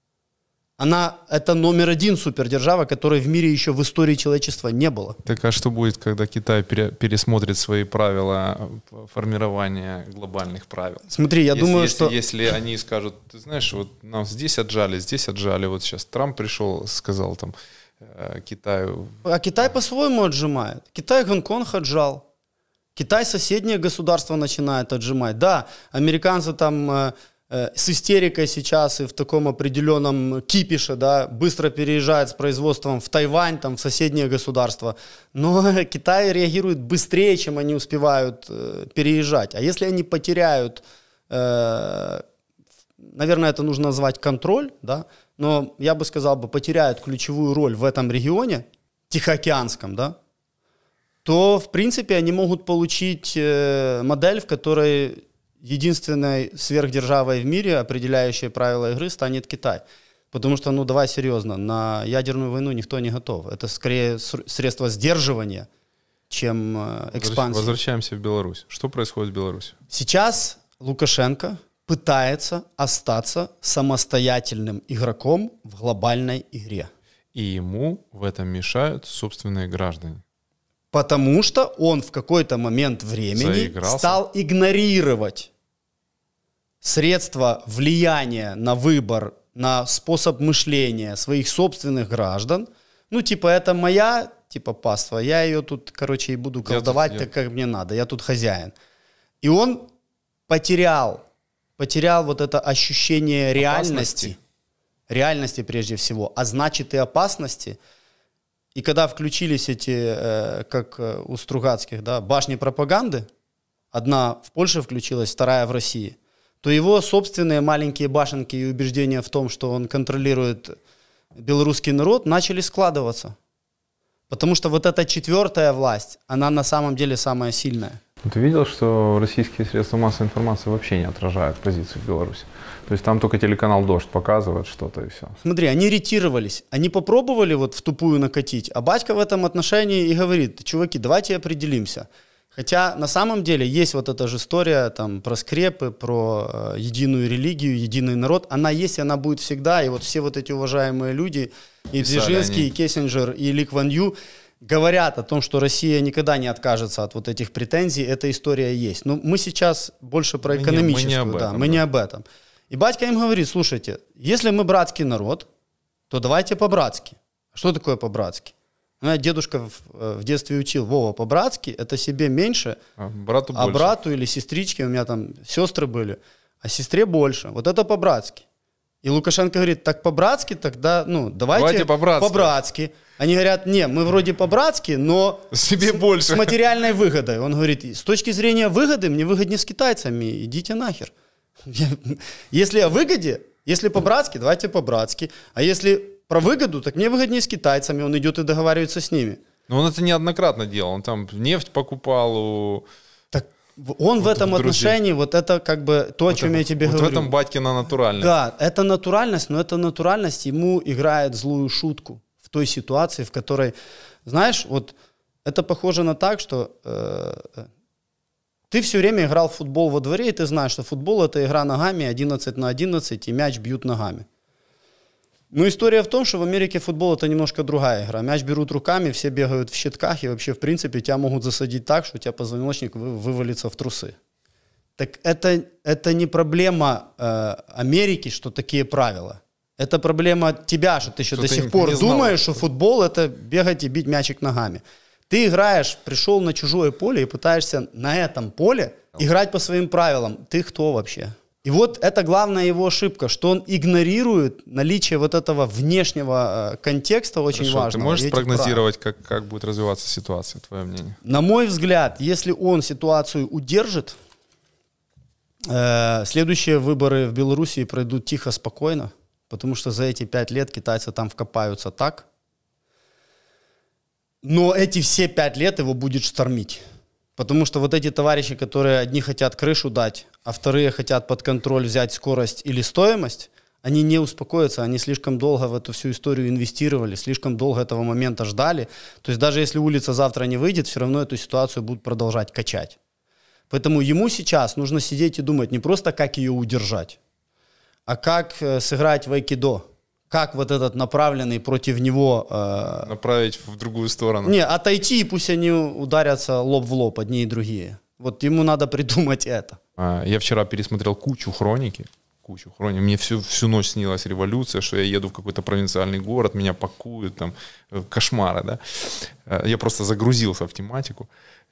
Это номер один супердержава, которой в мире еще в истории человечества не было. Так а что будет, когда Китай пересмотрит свои правила формирования глобальных правил? Смотри, я думаю, что... Если они скажут, ты знаешь, вот нам здесь отжали, вот сейчас Трамп пришел, сказал там Китаю... А Китай по-своему отжимает. Китай Гонконг отжал. Китай соседние государства начинает отжимать. Да, американцы там... с истерикой сейчас и в таком определенном кипише, да, быстро переезжает с производством в Тайвань, там, в соседние государства. Но Китай реагирует быстрее, чем они успевают переезжать. А если они потеряют, наверное, это нужно назвать контроль, да, но я бы сказал, потеряют ключевую роль в этом регионе, Тихоокеанском, да, то, в принципе, они могут получить модель, в которой... единственной сверхдержавой в мире, определяющей правила игры, станет Китай. Потому что, ну давай серьезно, на ядерную войну никто не готов. Это скорее средство сдерживания, чем экспансии. Возвращаемся в Беларусь. Что происходит в Беларуси? Сейчас Лукашенко пытается остаться самостоятельным игроком в глобальной игре. И ему в этом мешают собственные граждане. Потому что он в какой-то момент времени стал игнорировать средства влияния на выбор, на способ мышления своих собственных граждан. Ну, типа, это моя, типа, паства, я ее тут, короче, и буду колдовать так, как мне надо, я тут хозяин. И он потерял вот это ощущение реальности прежде всего, а значит и опасности. И когда включились эти, как у Стругацких, да, башни пропаганды, одна в Польше включилась, вторая в России, то его собственные маленькие башенки и убеждения в том, что он контролирует белорусский народ, начали складываться. Потому что вот эта четвертая власть, она на самом деле самая сильная. Ты видел, что российские средства массовой информации вообще не отражают позицию в Беларуси? То есть там только телеканал «Дождь» показывает что-то и все. Смотри, они ретировались. Они попробовали вот в тупую накатить, а батька в этом отношении и говорит: чуваки, давайте определимся. Хотя на самом деле есть вот эта же история там, про скрепы, про единую религию, единый народ. Она есть, и она будет всегда. И вот все вот эти уважаемые люди, и Дзержинский, и Киссинджер, и Ли Кван Ю, говорят о том, что Россия никогда не откажется от вот этих претензий. Эта история есть. Но мы сейчас больше про экономическую. Мы не об этом. И батька им говорит, слушайте, если мы братский народ, то давайте по-братски. Что такое по-братски? Ну, дедушка в детстве учил, Вова, по-братски это себе меньше, брату или сестричке, у меня там сестры были, а сестре больше. Вот это по-братски. И Лукашенко говорит, так по-братски тогда, ну, давайте по-братски. Они говорят, не, мы вроде по-братски, но себе больше. С материальной выгодой. Он говорит, с точки зрения выгоды, мне выгоднее с китайцами, идите нахер. Если о выгоде, если по-братски, давайте по-братски, а если про выгоду, так мне выгоднее с китайцами, он идет и договаривается с ними. Но он это неоднократно делал, он там нефть покупал Так он в этом отношении, вот это как бы то, о чем я тебе говорю. Вот в этом батькина натуральность. Да, это натуральность, но эта натуральность ему играет злую шутку в той ситуации, в которой, знаешь, вот это похоже на так, что ты все время играл в футбол во дворе, и ты знаешь, что футбол это игра ногами 11 на 11, и мяч бьют ногами. Но история в том, что в Америке футбол это немножко другая игра. Мяч берут руками, все бегают в щитках, и вообще, в принципе, тебя могут засадить так, что у тебя позвоночник вывалится в трусы. Так это не проблема Америки, что такие правила. Это проблема тебя, что ты еще до сих пор думаешь, что футбол это бегать и бить мячик ногами. Ты играешь, пришел на чужое поле и пытаешься на этом поле играть по своим правилам. Ты кто вообще? И вот это главная его ошибка, что он игнорирует наличие вот этого внешнего контекста очень важного. Ты можешь спрогнозировать, как будет развиваться ситуация, твое мнение? На мой взгляд, если он ситуацию удержит, следующие выборы в Белоруссии пройдут тихо, спокойно, потому что за эти 5 лет китайцы там вкопаются так, но эти все 5 лет его будет штормить. Потому что вот эти товарищи, которые одни хотят крышу дать, а вторые хотят под контроль взять скорость или стоимость, они не успокоятся, они слишком долго в эту всю историю инвестировали, слишком долго этого момента ждали. То есть даже если улица завтра не выйдет, все равно эту ситуацию будут продолжать качать. Поэтому ему сейчас нужно сидеть и думать не просто, как ее удержать, а как сыграть в айкидо. Как вот этот направленный против него... Направить в другую сторону. Не, отойти, и пусть они ударятся лоб в лоб, одни и другие. Вот ему надо придумать это. Я вчера пересмотрел кучу хроники. Мне всю ночь снилась революция, что я еду в какой-то провинциальный город, меня пакуют, там, кошмары, да. Я просто загрузился в тематику.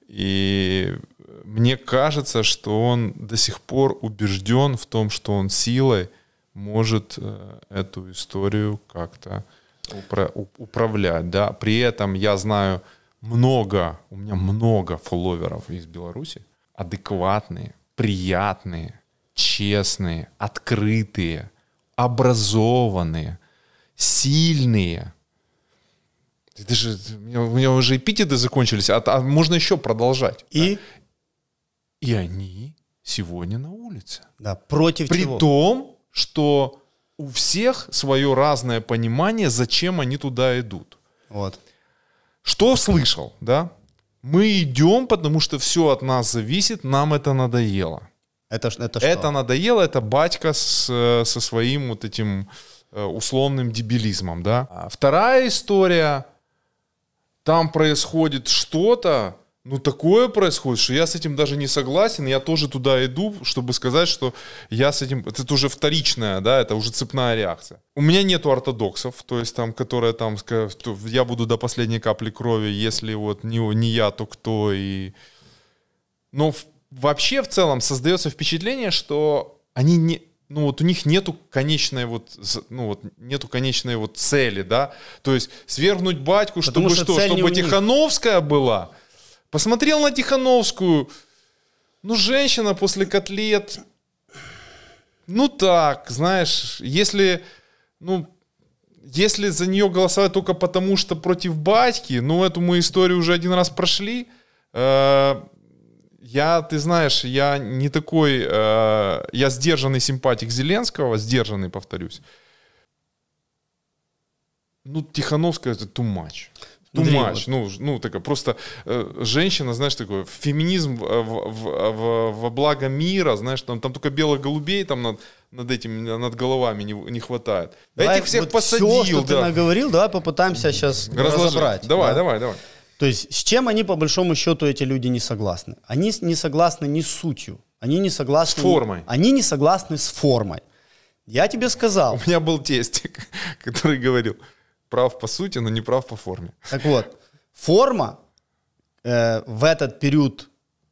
И мне кажется, что он до сих пор убежден в том, что он силой может эту историю как-то управлять, да. При этом я знаю у меня много фолловеров из Беларуси, адекватные, приятные, честные, открытые, образованные, сильные. Это же, у меня уже эпитеты закончились, а можно еще продолжать. И они сегодня на улице. Да, против При чего? том, что у всех свое разное понимание, зачем они туда идут. Вот. Что слышал, да? Мы идем, потому что все от нас зависит, нам это надоело. Это что? Это надоело, это батька со своим вот этим условным дебилизмом, да? А вторая история, там происходит что-то, такое происходит, что я с этим даже не согласен, я тоже туда иду, чтобы сказать, что я с этим... Это уже вторичная, да, это уже цепная реакция. У меня нету ортодоксов, то есть там, которые там, я буду до последней капли крови, если вот не я, то кто и... Но вообще в целом создается впечатление, что они не... у них нету конечной нету конечной вот цели, да, то есть свергнуть батьку, чтобы Тихановская была... Посмотрел на Тихановскую, женщина после котлет, так, знаешь, если за нее голосовать только потому, что против батьки, эту мы историю уже один раз прошли, ты знаешь, я не такой, я сдержанный симпатик Зеленского, повторюсь, Тихановская это too much. Андрей, much. Ну, такая просто женщина, знаешь, такой феминизм во благо мира, знаешь, там только белых голубей там над головами не хватает. Давай Этих всех вот посадил. Все, что ты наговорил, давай попытаемся сейчас разобрать. Давай, да? давай. То есть с чем они по большому счету, эти люди, не согласны? Они не согласны не с сутью, они не согласны... С формой. Они не согласны с формой. Я тебе сказал. У меня был тесть, который говорил, прав по сути, но не прав по форме. Так вот, форма в этот период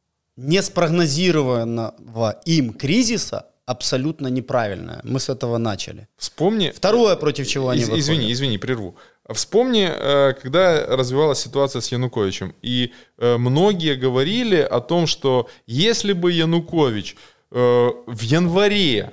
неспрогнозированного им кризиса абсолютно неправильная. Мы с этого начали. Вспомни... Второе, против чего они выходят. Извини, прерву. Вспомни, когда развивалась ситуация с Януковичем, и многие говорили о том, что если бы Янукович в январе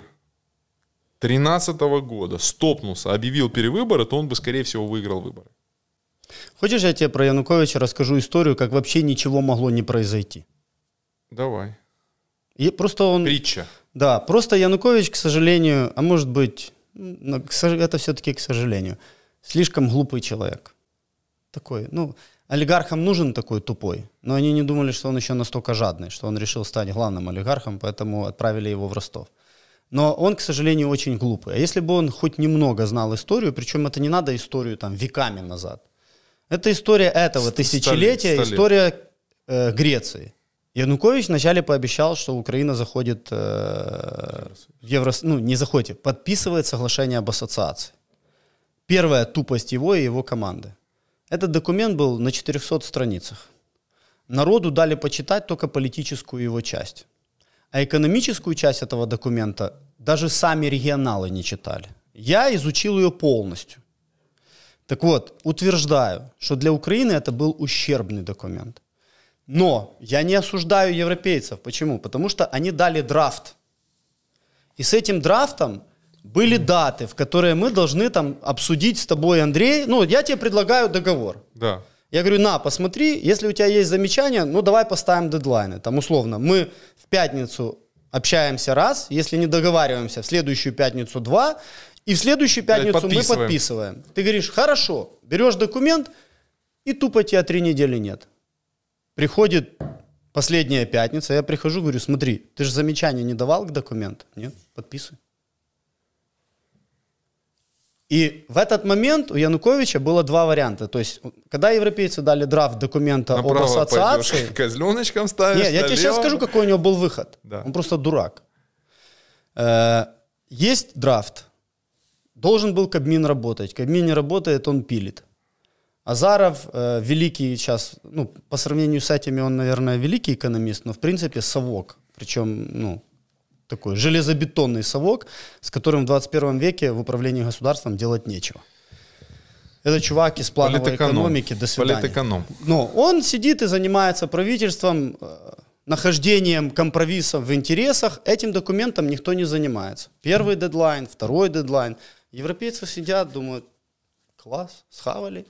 2013 года стопнулся, объявил перевыборы, то он бы, скорее всего, выиграл выборы. Хочешь, я тебе про Януковича расскажу историю, как вообще ничего могло не произойти? Давай. И просто он... Притча. Да, просто Янукович, к сожалению, а может быть, это все-таки к сожалению, слишком глупый человек. Такой, олигархам нужен такой тупой, но они не думали, что он еще настолько жадный, что он решил стать главным олигархом, поэтому отправили его в Ростов. Но он, к сожалению, очень глупый. А если бы он хоть немного знал историю, причем это не надо историю там веками назад, это история этого тысячелетия, история Греции. Янукович вначале пообещал, что Украина заходит в не заходит, подписывает соглашение об ассоциации. Первая тупость его и его команды. Этот документ был на 400 страницах. Народу дали почитать только политическую его часть. А экономическую часть этого документа даже сами регионалы не читали. Я изучил ее полностью. Так вот, утверждаю, что для Украины это был ущербный документ. Но я не осуждаю европейцев. Почему? Потому что они дали драфт. И с этим драфтом были даты, в которые мы должны там обсудить с тобой, Андрей. Я тебе предлагаю договор. Да. Я говорю, посмотри, если у тебя есть замечания, давай поставим дедлайны. Там условно, мы в пятницу общаемся раз, если не договариваемся, в следующую пятницу 2, и в следующую пятницу мы подписываем. Ты говоришь, хорошо, берешь документ, и тупо тебя 3 недели нет. Приходит последняя пятница, я прихожу, говорю, смотри, ты же замечания не давал к документу? Нет, подписывай. И в этот момент у Януковича было 2 варианта. То есть, когда европейцы дали драфт документа об ассоциации... Пойдешь, козленочком ставишь. Нет, я тебе сейчас скажу, какой у него был выход. Да. Он просто дурак. Есть драфт. Должен был Кабмин работать. Кабмин не работает, он пилит. Азаров великий сейчас, по сравнению с этими он, наверное, великий экономист, но в принципе совок. Причем, такой железобетонный совок, с которым в 21 веке в управлении государством делать нечего. Это чувак из плановой экономики, до свидания. Политэконом. Но он сидит и занимается правительством, нахождением компромиссов в интересах. Этим документом никто не занимается. Первый дедлайн, второй дедлайн. Европейцы сидят, думают, класс, схавали.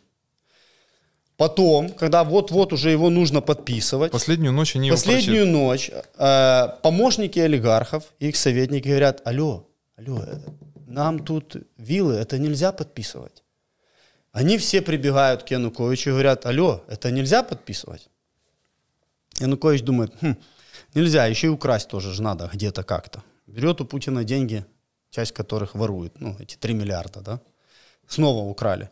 Потом, когда вот-вот уже его нужно подписывать. Последнюю ночь они Последнюю ночь помощники олигархов, их советники говорят, алло, нам тут виллы, это нельзя подписывать. Они все прибегают к Януковичу и говорят, алло, это нельзя подписывать. Янукович думает, нельзя, еще и украсть тоже же надо где-то как-то. Берет у Путина деньги, часть которых ворует, эти 3 миллиарда, да, снова украли.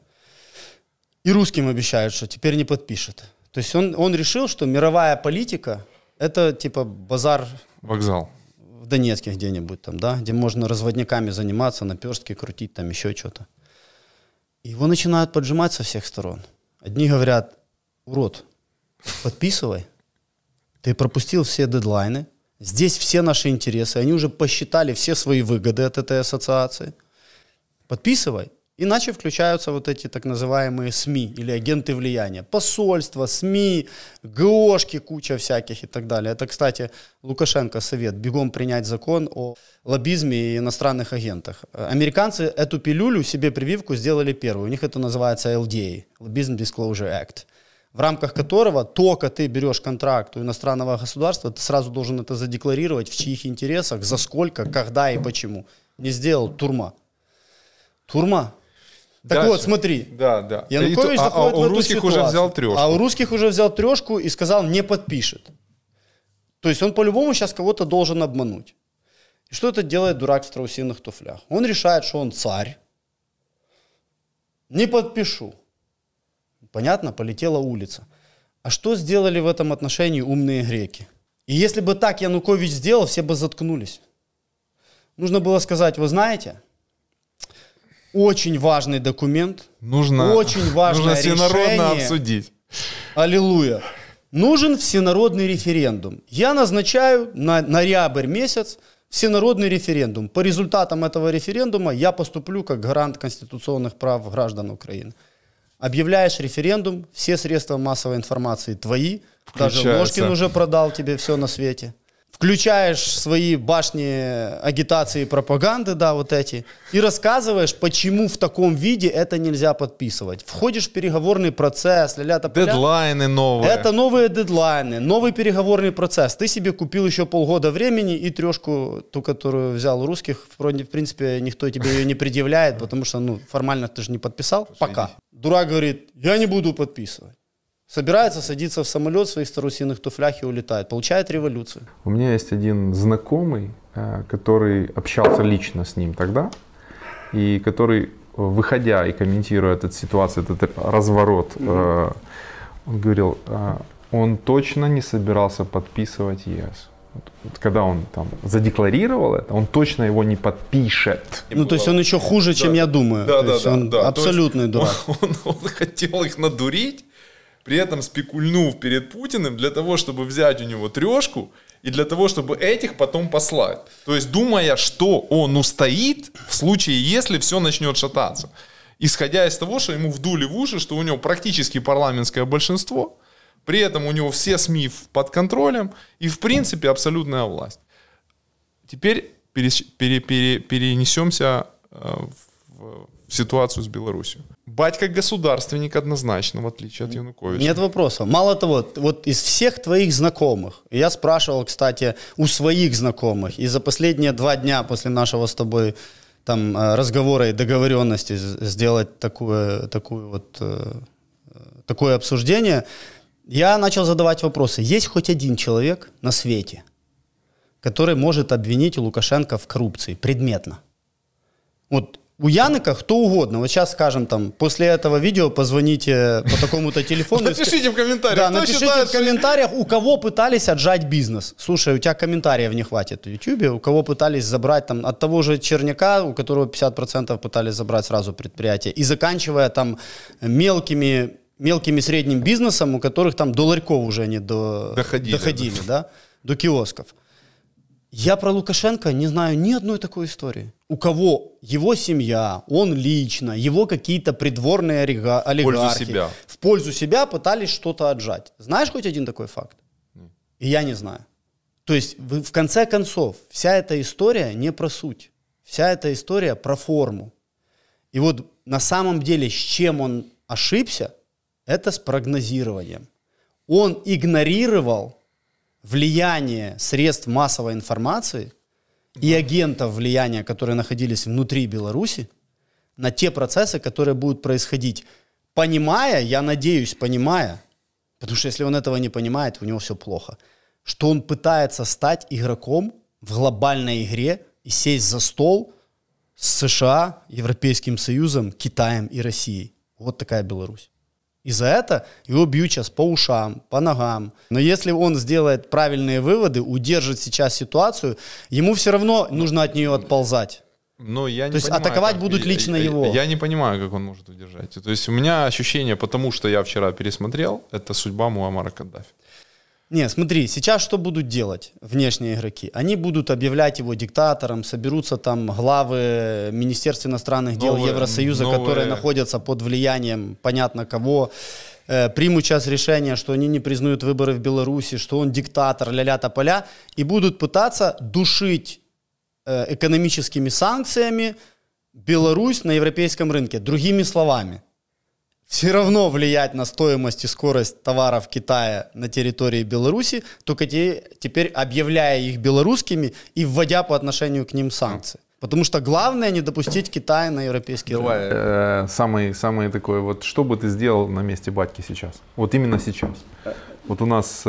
И русским обещают, что теперь не подпишет. То есть он решил, что мировая политика – это типа базар… Вокзал. В Донецке где-нибудь там, да, где можно разводняками заниматься, наперстки крутить, там еще что-то. Его начинают поджимать со всех сторон. Одни говорят, урод, подписывай. Ты пропустил все дедлайны. Здесь все наши интересы. Они уже посчитали все свои выгоды от этой ассоциации. Подписывай. Иначе включаются вот эти так называемые СМИ или агенты влияния. Посольства, СМИ, ГОшки, куча всяких и так далее. Это, кстати, Лукашенко совет бегом принять закон о лоббизме и иностранных агентах. Американцы эту пилюлю, себе прививку сделали первую. У них это называется LDA, Lobbyism Disclosure Act, в рамках которого только ты берешь контракт у иностранного государства, ты сразу должен это задекларировать, в чьих интересах, за сколько, когда и почему. Не сделал — турма. Турма. Так Дальше. вот, смотри. Да. Янукович заходит в у эту русских ситуацию. уже взял 3. А у русских уже взял 3 и сказал, не подпишет. То есть он по-любому сейчас кого-то должен обмануть. И что это делает дурак в страусиных туфлях? Он решает, что он царь. Не подпишу. Понятно? Полетела улица. А что сделали в этом отношении умные греки? И если бы так Янукович сделал, все бы заткнулись. Нужно было сказать, вы знаете, очень важный документ, очень важное нужно всенародно решение. обсудить. Аллилуйя. Нужен всенародный референдум. Я назначаю на ноябрь месяц всенародный референдум. По результатам этого референдума я поступлю как гарант конституционных прав граждан Украины. Объявляешь референдум, все средства массовой информации твои, даже Ложкин уже продал тебе все на свете. Включаешь свои башни агитации и пропаганды, да, вот эти, и рассказываешь, почему в таком виде это нельзя подписывать. Входишь в переговорный процесс, ля-ля-та-поля. Дедлайны новые. Это новые дедлайны, новый переговорный процесс. Ты себе купил еще полгода времени и 3, ту, которую взял у русских, в принципе, никто тебе ее не предъявляет, потому что, формально ты же не подписал. Пока. Дурак говорит, я не буду подписывать. Собирается садиться в самолет в своих страусиных туфлях и улетает. Получает революцию. У меня есть один знакомый, который общался лично с ним тогда, и который, выходя и комментируя эту ситуацию, этот разворот, он говорил, он точно не собирался подписывать ЕС. Вот когда он там задекларировал это, он точно его не подпишет. То есть он еще хуже, чем я думаю. Он абсолютный дурак. Он хотел их надурить, при этом спекульнув перед Путиным для того, чтобы взять у него 3 и для того, чтобы этих потом послать. То есть думая, что он устоит в случае, если все начнет шататься. Исходя из того, что ему вдули в уши, что у него практически парламентское большинство, при этом у него все СМИ под контролем и в принципе абсолютная власть. Теперь перенесемся в ситуацию с Беларусью. Батька государственник однозначно, в отличие от Януковича. Нет вопросов. Мало того, вот из всех твоих знакомых, я спрашивал, кстати, у своих знакомых, и за последние 2 дня после нашего с тобой там разговора и договоренности сделать такое обсуждение, я начал задавать вопросы. Есть хоть один человек на свете, который может обвинить Лукашенко в коррупции предметно? Вот у Яника кто угодно. Вот сейчас скажем там, после этого видео позвоните по такому-то телефону. Напишите в комментариях. Да, напишите в комментариях, у кого пытались отжать бизнес. Слушай, у тебя комментариев не хватит в Ютубе, у кого пытались забрать там от того же Черняка, у которого 50% пытались забрать сразу предприятие, и заканчивая там мелким и средним бизнесом, у которых там до ларьков уже не доходили, да, до киосков. Я про Лукашенко не знаю ни одной такой истории. У кого его семья, он лично, его какие-то придворные олигархи в пользу себя пытались что-то отжать. Знаешь хоть один такой факт? И я не знаю. То есть в конце концов вся эта история не про суть. Вся эта история про форму. И вот на самом деле с чем он ошибся, это с прогнозированием. Он игнорировал влияние средств массовой информации и агентов влияния, которые находились внутри Беларуси, на те процессы, которые будут происходить. Понимая, я надеюсь, потому что если он этого не понимает, у него все плохо, что он пытается стать игроком в глобальной игре и сесть за стол с США, Европейским Союзом, Китаем и Россией. Вот такая Беларусь. И за это его бьют сейчас по ушам, по ногам. Но если он сделает правильные выводы, удержит сейчас ситуацию, ему все равно нужно от нее отползать. Но я не То есть понимаю, атаковать будут лично его. Я не понимаю, как он может удержать. То есть у меня ощущение, потому что я вчера пересмотрел, это судьба Муаммара Каддафи. Не, смотри, сейчас что будут делать внешние игроки? Они будут объявлять его диктатором, соберутся там главы Министерства иностранных дел Евросоюза, которые находятся под влиянием понятно кого, примут сейчас решение, что они не признают выборы в Беларуси, что он диктатор, ля-ля-тополя, и будут пытаться душить экономическими санкциями Беларусь на европейском рынке. Другими словами, все равно влиять на стоимость и скорость товаров Китая на территории Беларуси, только теперь объявляя их белорусскими и вводя по отношению к ним санкции. Потому что главное не допустить Китая на европейский рынок. Самый такой, вот что бы ты сделал на месте батьки сейчас? Вот именно сейчас. Вот у нас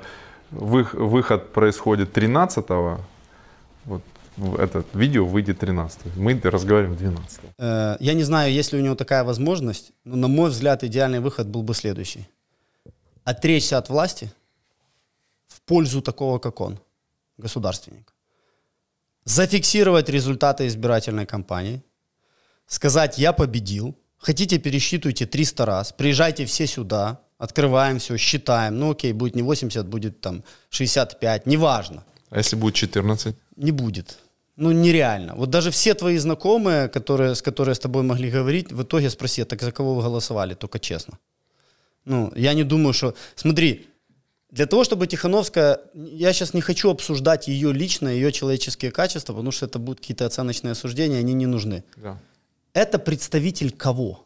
выход происходит 13-го, вот это видео выйдет 13-го, мы разговариваем 12-го. Я не знаю, есть ли у него такая возможность, но на мой взгляд идеальный выход был бы следующий. Отречься от власти в пользу такого, как он, государственника. Зафиксировать результаты избирательной кампании, сказать «я победил», хотите пересчитывайте 300 раз, приезжайте все сюда, открываем все, считаем, ну окей, будет не 80, будет там 65, неважно. А если будет 14? Не будет. Ну нереально. Вот даже все твои знакомые, с которыми с тобой могли говорить, в итоге спроси, так за кого вы голосовали, только честно. Ну, я не думаю, что... Смотри, для того, чтобы Тихановская... Я сейчас не хочу обсуждать ее личное, ее человеческие качества, потому что это будут какие-то оценочные суждения, они не нужны. Да. Это представитель кого?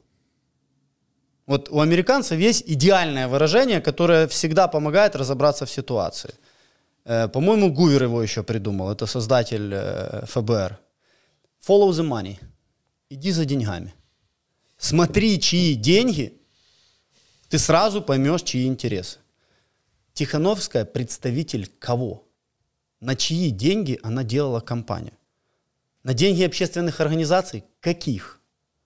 Вот у американцев есть идеальное выражение, которое всегда помогает разобраться в ситуации. По-моему, Гувер его еще придумал, это создатель ФБР. Follow the money. Иди за деньгами. Смотри, чьи деньги, ты сразу поймешь, чьи интересы. Тихановская представитель кого? На чьи деньги она делала кампанию? На деньги общественных организаций? Каких?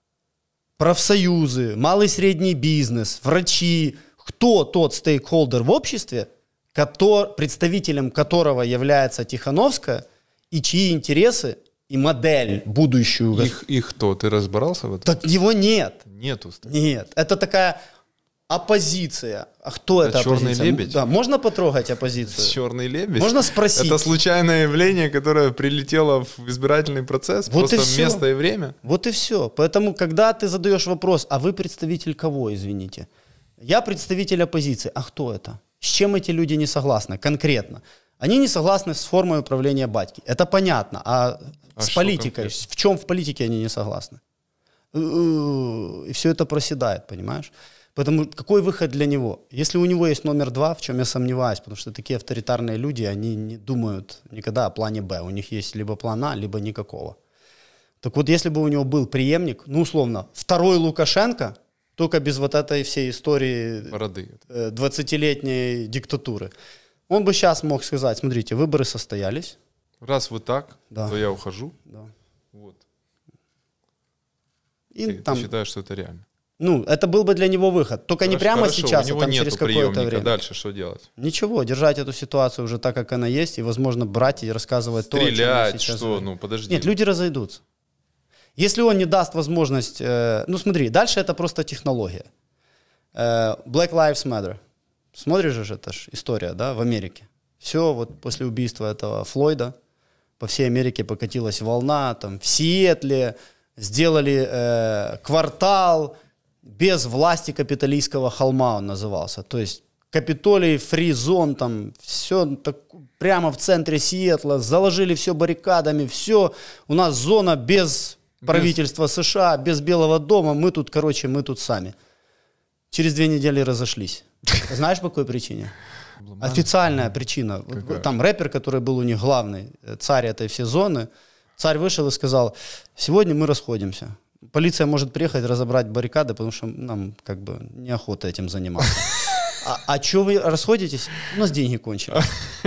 Профсоюзы, малый и средний бизнес, врачи. Кто тот стейкхолдер в обществе, представителем которого является Тихановская, и чьи интересы и модель будущую... Их кто? Ты разбирался в этом? Так его нет. Нету. Нет. Это такая... Оппозиция. А кто это черный оппозиция? лебедь? Да, можно потрогать оппозицию? Черный лебедь? Можно спросить? Это случайное явление, которое прилетело в избирательный процесс, вот просто место и время? Вот и все. Поэтому, когда ты задаешь вопрос, а вы представитель кого, извините? Я представитель оппозиции. А кто это? С чем эти люди не согласны конкретно? Они не согласны с формой управления батьки. Это понятно. А с политикой? Конкретно? В чем в политике они не согласны? И все это проседает, понимаешь? Поэтому какой выход для него? Если у него есть номер 2, в чем я сомневаюсь, потому что такие авторитарные люди, они не думают никогда о плане Б. У них есть либо план А, либо никакого. Так вот, если бы у него был преемник, ну, условно, второй Лукашенко, только без вот этой всей истории 20-летней диктатуры, он бы сейчас мог сказать, смотрите, выборы состоялись. Раз вы так, да. то я ухожу. Да. Вот. И ты считаешь, что это реально? Ну, это был бы для него выход. Только не прямо сейчас, у него а там через какое-то время. Дальше что делать? Ничего, держать эту ситуацию уже так, как она есть, и, возможно, брать и рассказывать стрелять, то, о чем сейчас что? говорит. Ну, подожди. Нет, люди разойдутся. Если он не даст возможность... ну, смотри, дальше это просто технология. Black Lives Matter. Смотришь же, это же история, да, в Америке. Все, вот после убийства этого Флойда по всей Америке покатилась волна, там, в Сиэтле сделали квартал без власти капитолийского холма, он назывался. То есть Капитолий, фри-зон, там все так, прямо в центре Сиэтла, заложили все баррикадами, все. У нас зона без правительства США, без Белого дома, мы тут, короче, мы тут сами. Через 2 недели разошлись. Знаешь, по какой причине? Официальная причина. Там рэпер, который был у них главный, царь этой всей зоны, царь вышел и сказал, сегодня мы расходимся. Полиция может приехать разобрать баррикады, потому что нам как бы неохота этим заниматься. А что вы расходитесь? У нас деньги кончились.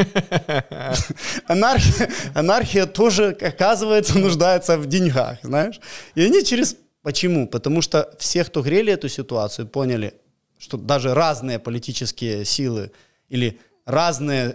Анархия тоже, оказывается, нуждается в деньгах, знаешь. И они через... Почему? Потому что все, кто грели эту ситуацию, поняли, что даже разные политические силы или разные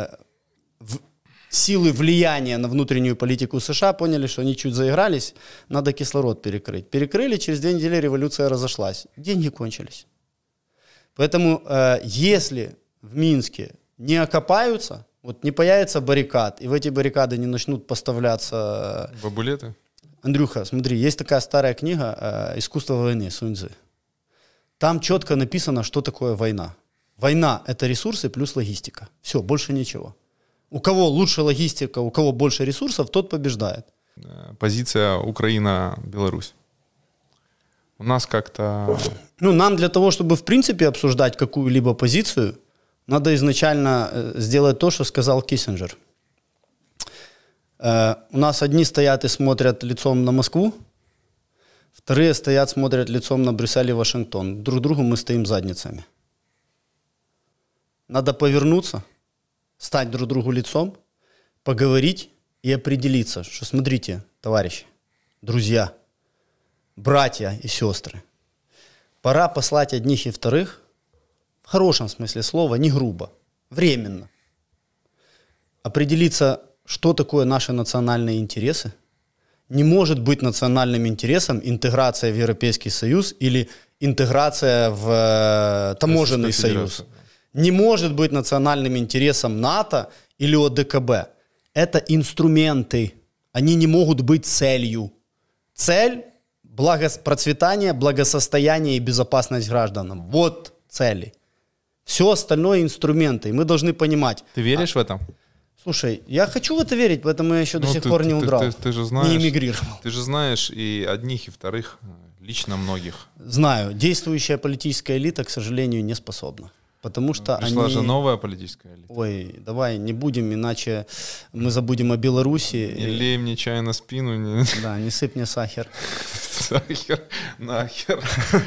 силы влияния на внутреннюю политику США поняли, что они чуть заигрались, надо кислород перекрыть. Перекрыли, через 2 недели революция разошлась. Деньги кончились. Поэтому если в Минске не окопаются, вот не появится баррикад, и в эти баррикады не начнут поставляться... Бабулеты? Андрюха, смотри, есть такая старая книга «Искусство войны» Сунь Цзы. Там четко написано, что такое война. Война – это ресурсы плюс логистика. Все, больше ничего. У кого лучше логистика, у кого больше ресурсов, тот побеждает. Позиция Украина-Беларусь. У нас как-то... Ну, нам для того, чтобы в принципе обсуждать какую-либо позицию, надо изначально сделать то, что сказал Киссинджер. У нас одни стоят и смотрят лицом на Москву, вторые стоят, смотрят лицом на Брюссель и Вашингтон. Друг другу мы стоим задницами. Надо повернуться, стать друг другу лицом, поговорить и определиться, что смотрите, товарищи, друзья, братья и сестры, пора послать одних и вторых, в хорошем смысле слова, не грубо, временно. Определиться, что такое наши национальные интересы. Не может быть национальным интересом интеграция в Европейский Союз или интеграция в таможенный союз. Не может быть национальным интересом НАТО или ОДКБ. Это инструменты. Они не могут быть целью. Цель – процветание, благосостояние и безопасность гражданам. Вот цели. Все остальное – инструменты. И мы должны понимать. Ты веришь в это? Слушай, я хочу в это верить, поэтому я еще до сих пор не удрал, ты же знаешь, не эмигрировал. Ты же знаешь и одних, и вторых, лично многих. Знаю. Действующая политическая элита, к сожалению, не способна. Потому что Пришла же новая политическая элита. Ой, давай не будем, иначе мы забудем о Беларуси. Не лей мне чай на спину. Да, не сыпь мне сахар. Сахар, нахер.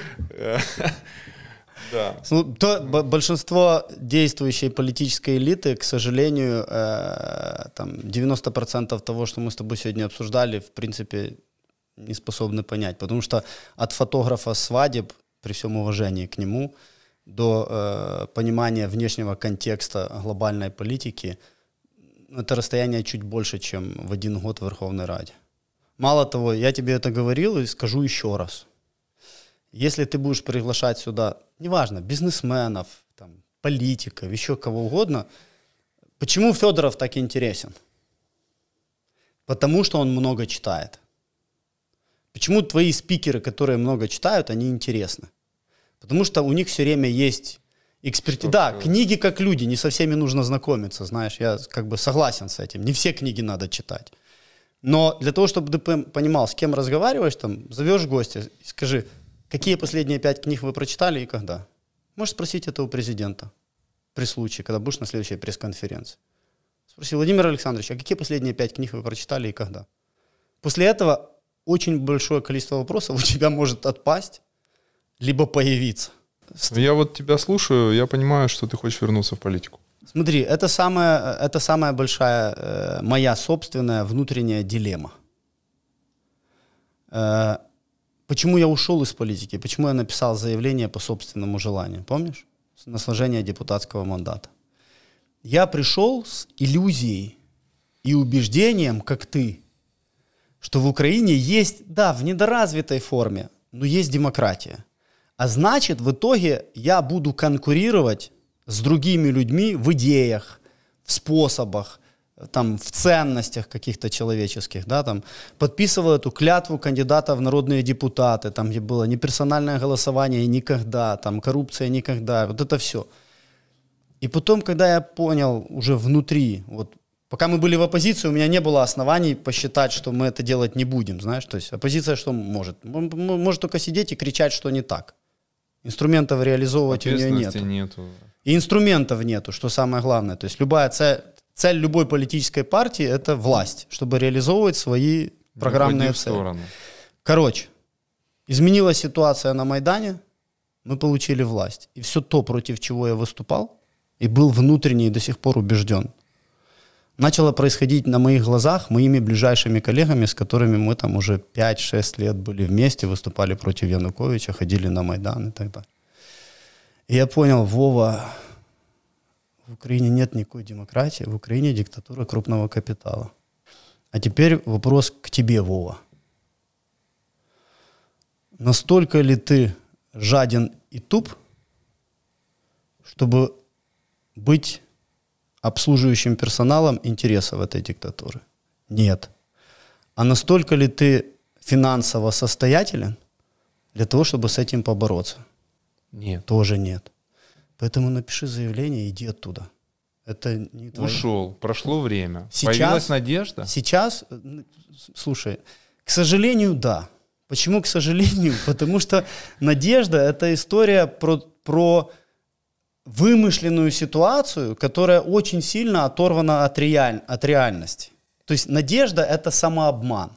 Да. Большинство действующей политической элиты, к сожалению, там 90% того, что мы с тобой сегодня обсуждали, в принципе, не способны понять. Потому что от фотографа свадеб, при всем уважении к нему, до понимания внешнего контекста глобальной политики, это расстояние чуть больше, чем в 1 год в Верховной Раде. Мало того, я тебе это говорил и скажу еще раз. Если ты будешь приглашать сюда, неважно, бизнесменов, там, политиков, еще кого угодно, почему Федоров так интересен? Потому что он много читает. Почему твои спикеры, которые много читают, они интересны? Потому что у них все время есть экспертиза. Да, книги как люди, не со всеми нужно знакомиться, знаешь, я как бы согласен с этим. Не все книги надо читать. Но для того, чтобы ты понимал, с кем разговариваешь, там, зовешь гостя и скажи, какие последние 5 книг вы прочитали и когда? Можешь спросить это у президента при случае, когда будешь на следующей пресс-конференции. Спроси, Владимир Александрович, а какие последние 5 книг вы прочитали и когда? После этого очень большое количество вопросов у тебя может отпасть, либо появиться. Я вот тебя слушаю, я понимаю, что ты хочешь вернуться в политику. Смотри, это самая большая моя собственная внутренняя дилемма. Почему я ушел из политики? Почему я написал заявление по собственному желанию? Помнишь? На сложение депутатского мандата. Я пришел с иллюзией и убеждением, как ты, что в Украине есть, да, в недоразвитой форме, но есть демократия. А значит, в итоге я буду конкурировать с другими людьми в идеях, в способах, там, в ценностях каких-то человеческих, да, там, подписывал эту клятву кандидата в народные депутаты, там, где было неперсональное голосование никогда, там, коррупция никогда, вот это все. И потом, когда я понял уже внутри, вот, пока мы были в оппозиции, у меня не было оснований посчитать, что мы это делать не будем, знаешь, то есть оппозиция что может? Может только сидеть и кричать, что не так. Инструментов реализовывать у нее нету. И инструментов нету, что самое главное, то есть любая цель любой политической партии – это власть, чтобы реализовывать свои программные цели. Короче, изменилась ситуация на Майдане, мы получили власть. И все то, против чего я выступал, и был внутренне и до сих пор убежден, начало происходить на моих глазах моими ближайшими коллегами, с которыми мы там уже 5-6 лет были вместе, выступали против Януковича, ходили на Майдан и так далее. И я понял, Вова, в Украине нет никакой демократии, в Украине диктатура крупного капитала. А теперь вопрос к тебе, Вова. Настолько ли ты жаден и туп, чтобы быть обслуживающим персоналом интересов этой диктатуры? Нет. А настолько ли ты финансово состоятелен для того, чтобы с этим побороться? Нет. Тоже нет. Поэтому напиши заявление и иди оттуда. Это не твое. Ушел, прошло время. Появилась надежда? Сейчас, слушай, к сожалению, да. Почему к сожалению? Потому что надежда – это история про вымышленную ситуацию, которая очень сильно оторвана от реальности. То есть надежда — это самообман.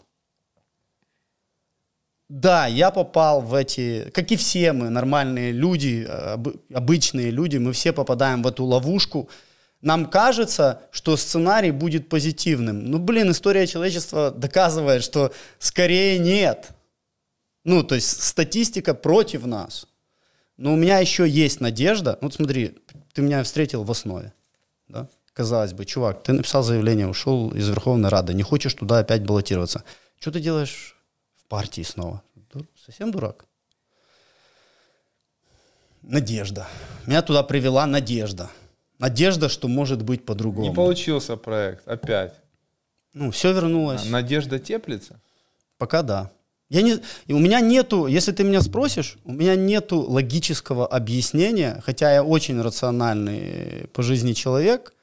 Да, я попал в эти, как и все мы, нормальные люди, обычные люди, мы все попадаем в эту ловушку. Нам кажется, что сценарий будет позитивным. Ну, блин, история человечества доказывает, что скорее нет. Ну, то есть статистика против нас. Но у меня еще есть надежда. Вот смотри, ты меня встретил в основе. Да? Казалось бы, чувак, ты написал заявление, ушел из Верховной Рады, не хочешь туда опять баллотироваться. Что ты делаешь в партии снова? Совсем дурак. Надежда. Меня туда привела надежда. Надежда, что может быть по-другому. Не получился проект, опять. Ну, все вернулось. Надежда теплится? Пока да. У меня нету, если ты меня спросишь, у меня нету логического объяснения, хотя я очень рациональный по жизни человек,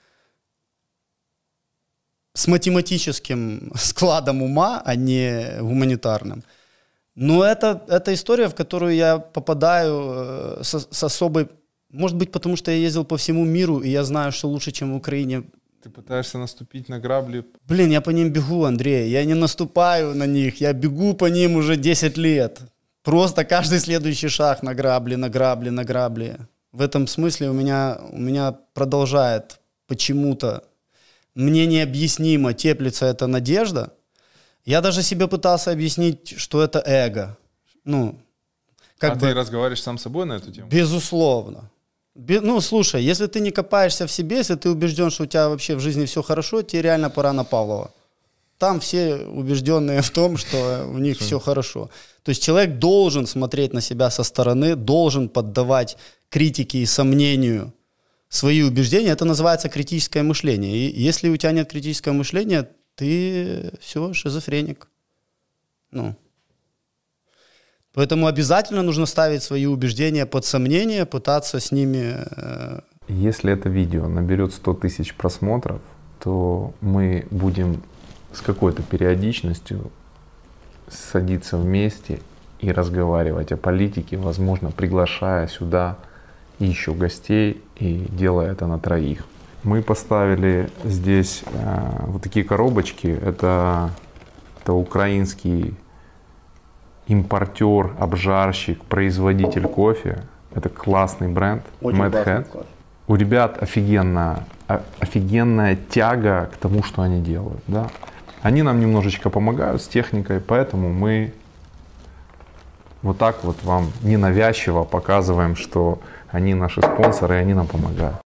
с математическим складом ума, а не гуманитарным. Но это история, в которую я попадаю с особой... Может быть, потому что я ездил по всему миру, и я знаю, что лучше, чем в Украине. Ты пытаешься наступить на грабли? Блин, я по ним бегу, Андрей. Я не наступаю на них, я бегу по ним уже 10 лет. Просто каждый следующий шаг на грабли, на грабли, на грабли. В этом смысле у меня продолжает почему-то, мне необъяснимо теплится эта надежда. Я даже себе пытался объяснить, что это эго. Ну, ты разговариваешь сам с собой на эту тему? Безусловно. Ну, слушай, если ты не копаешься в себе, если ты убежден, что у тебя вообще в жизни все хорошо, тебе реально пора на Павлова. Там все убежденные в том, что у них все хорошо. То есть человек должен смотреть на себя со стороны, должен поддавать критике и сомнению свои убеждения. Это называется критическое мышление. И если у тебя нет критического мышления, ты все, шизофреник. Ну. Поэтому обязательно нужно ставить свои убеждения под сомнение, пытаться с ними... Если это видео наберет 100 тысяч просмотров, то мы будем с какой-то периодичностью садиться вместе и разговаривать о политике, возможно, приглашая сюда еще гостей и делая это на троих. Мы поставили здесь вот такие коробочки. Это украинский импортер, обжарщик, производитель кофе. Это классный бренд. Mad Hat. У ребят офигенная тяга к тому, что они делают. Да? Они нам немножечко помогают с техникой, поэтому мы вот так вот вам ненавязчиво показываем, что они наши спонсоры, и они нам помогают.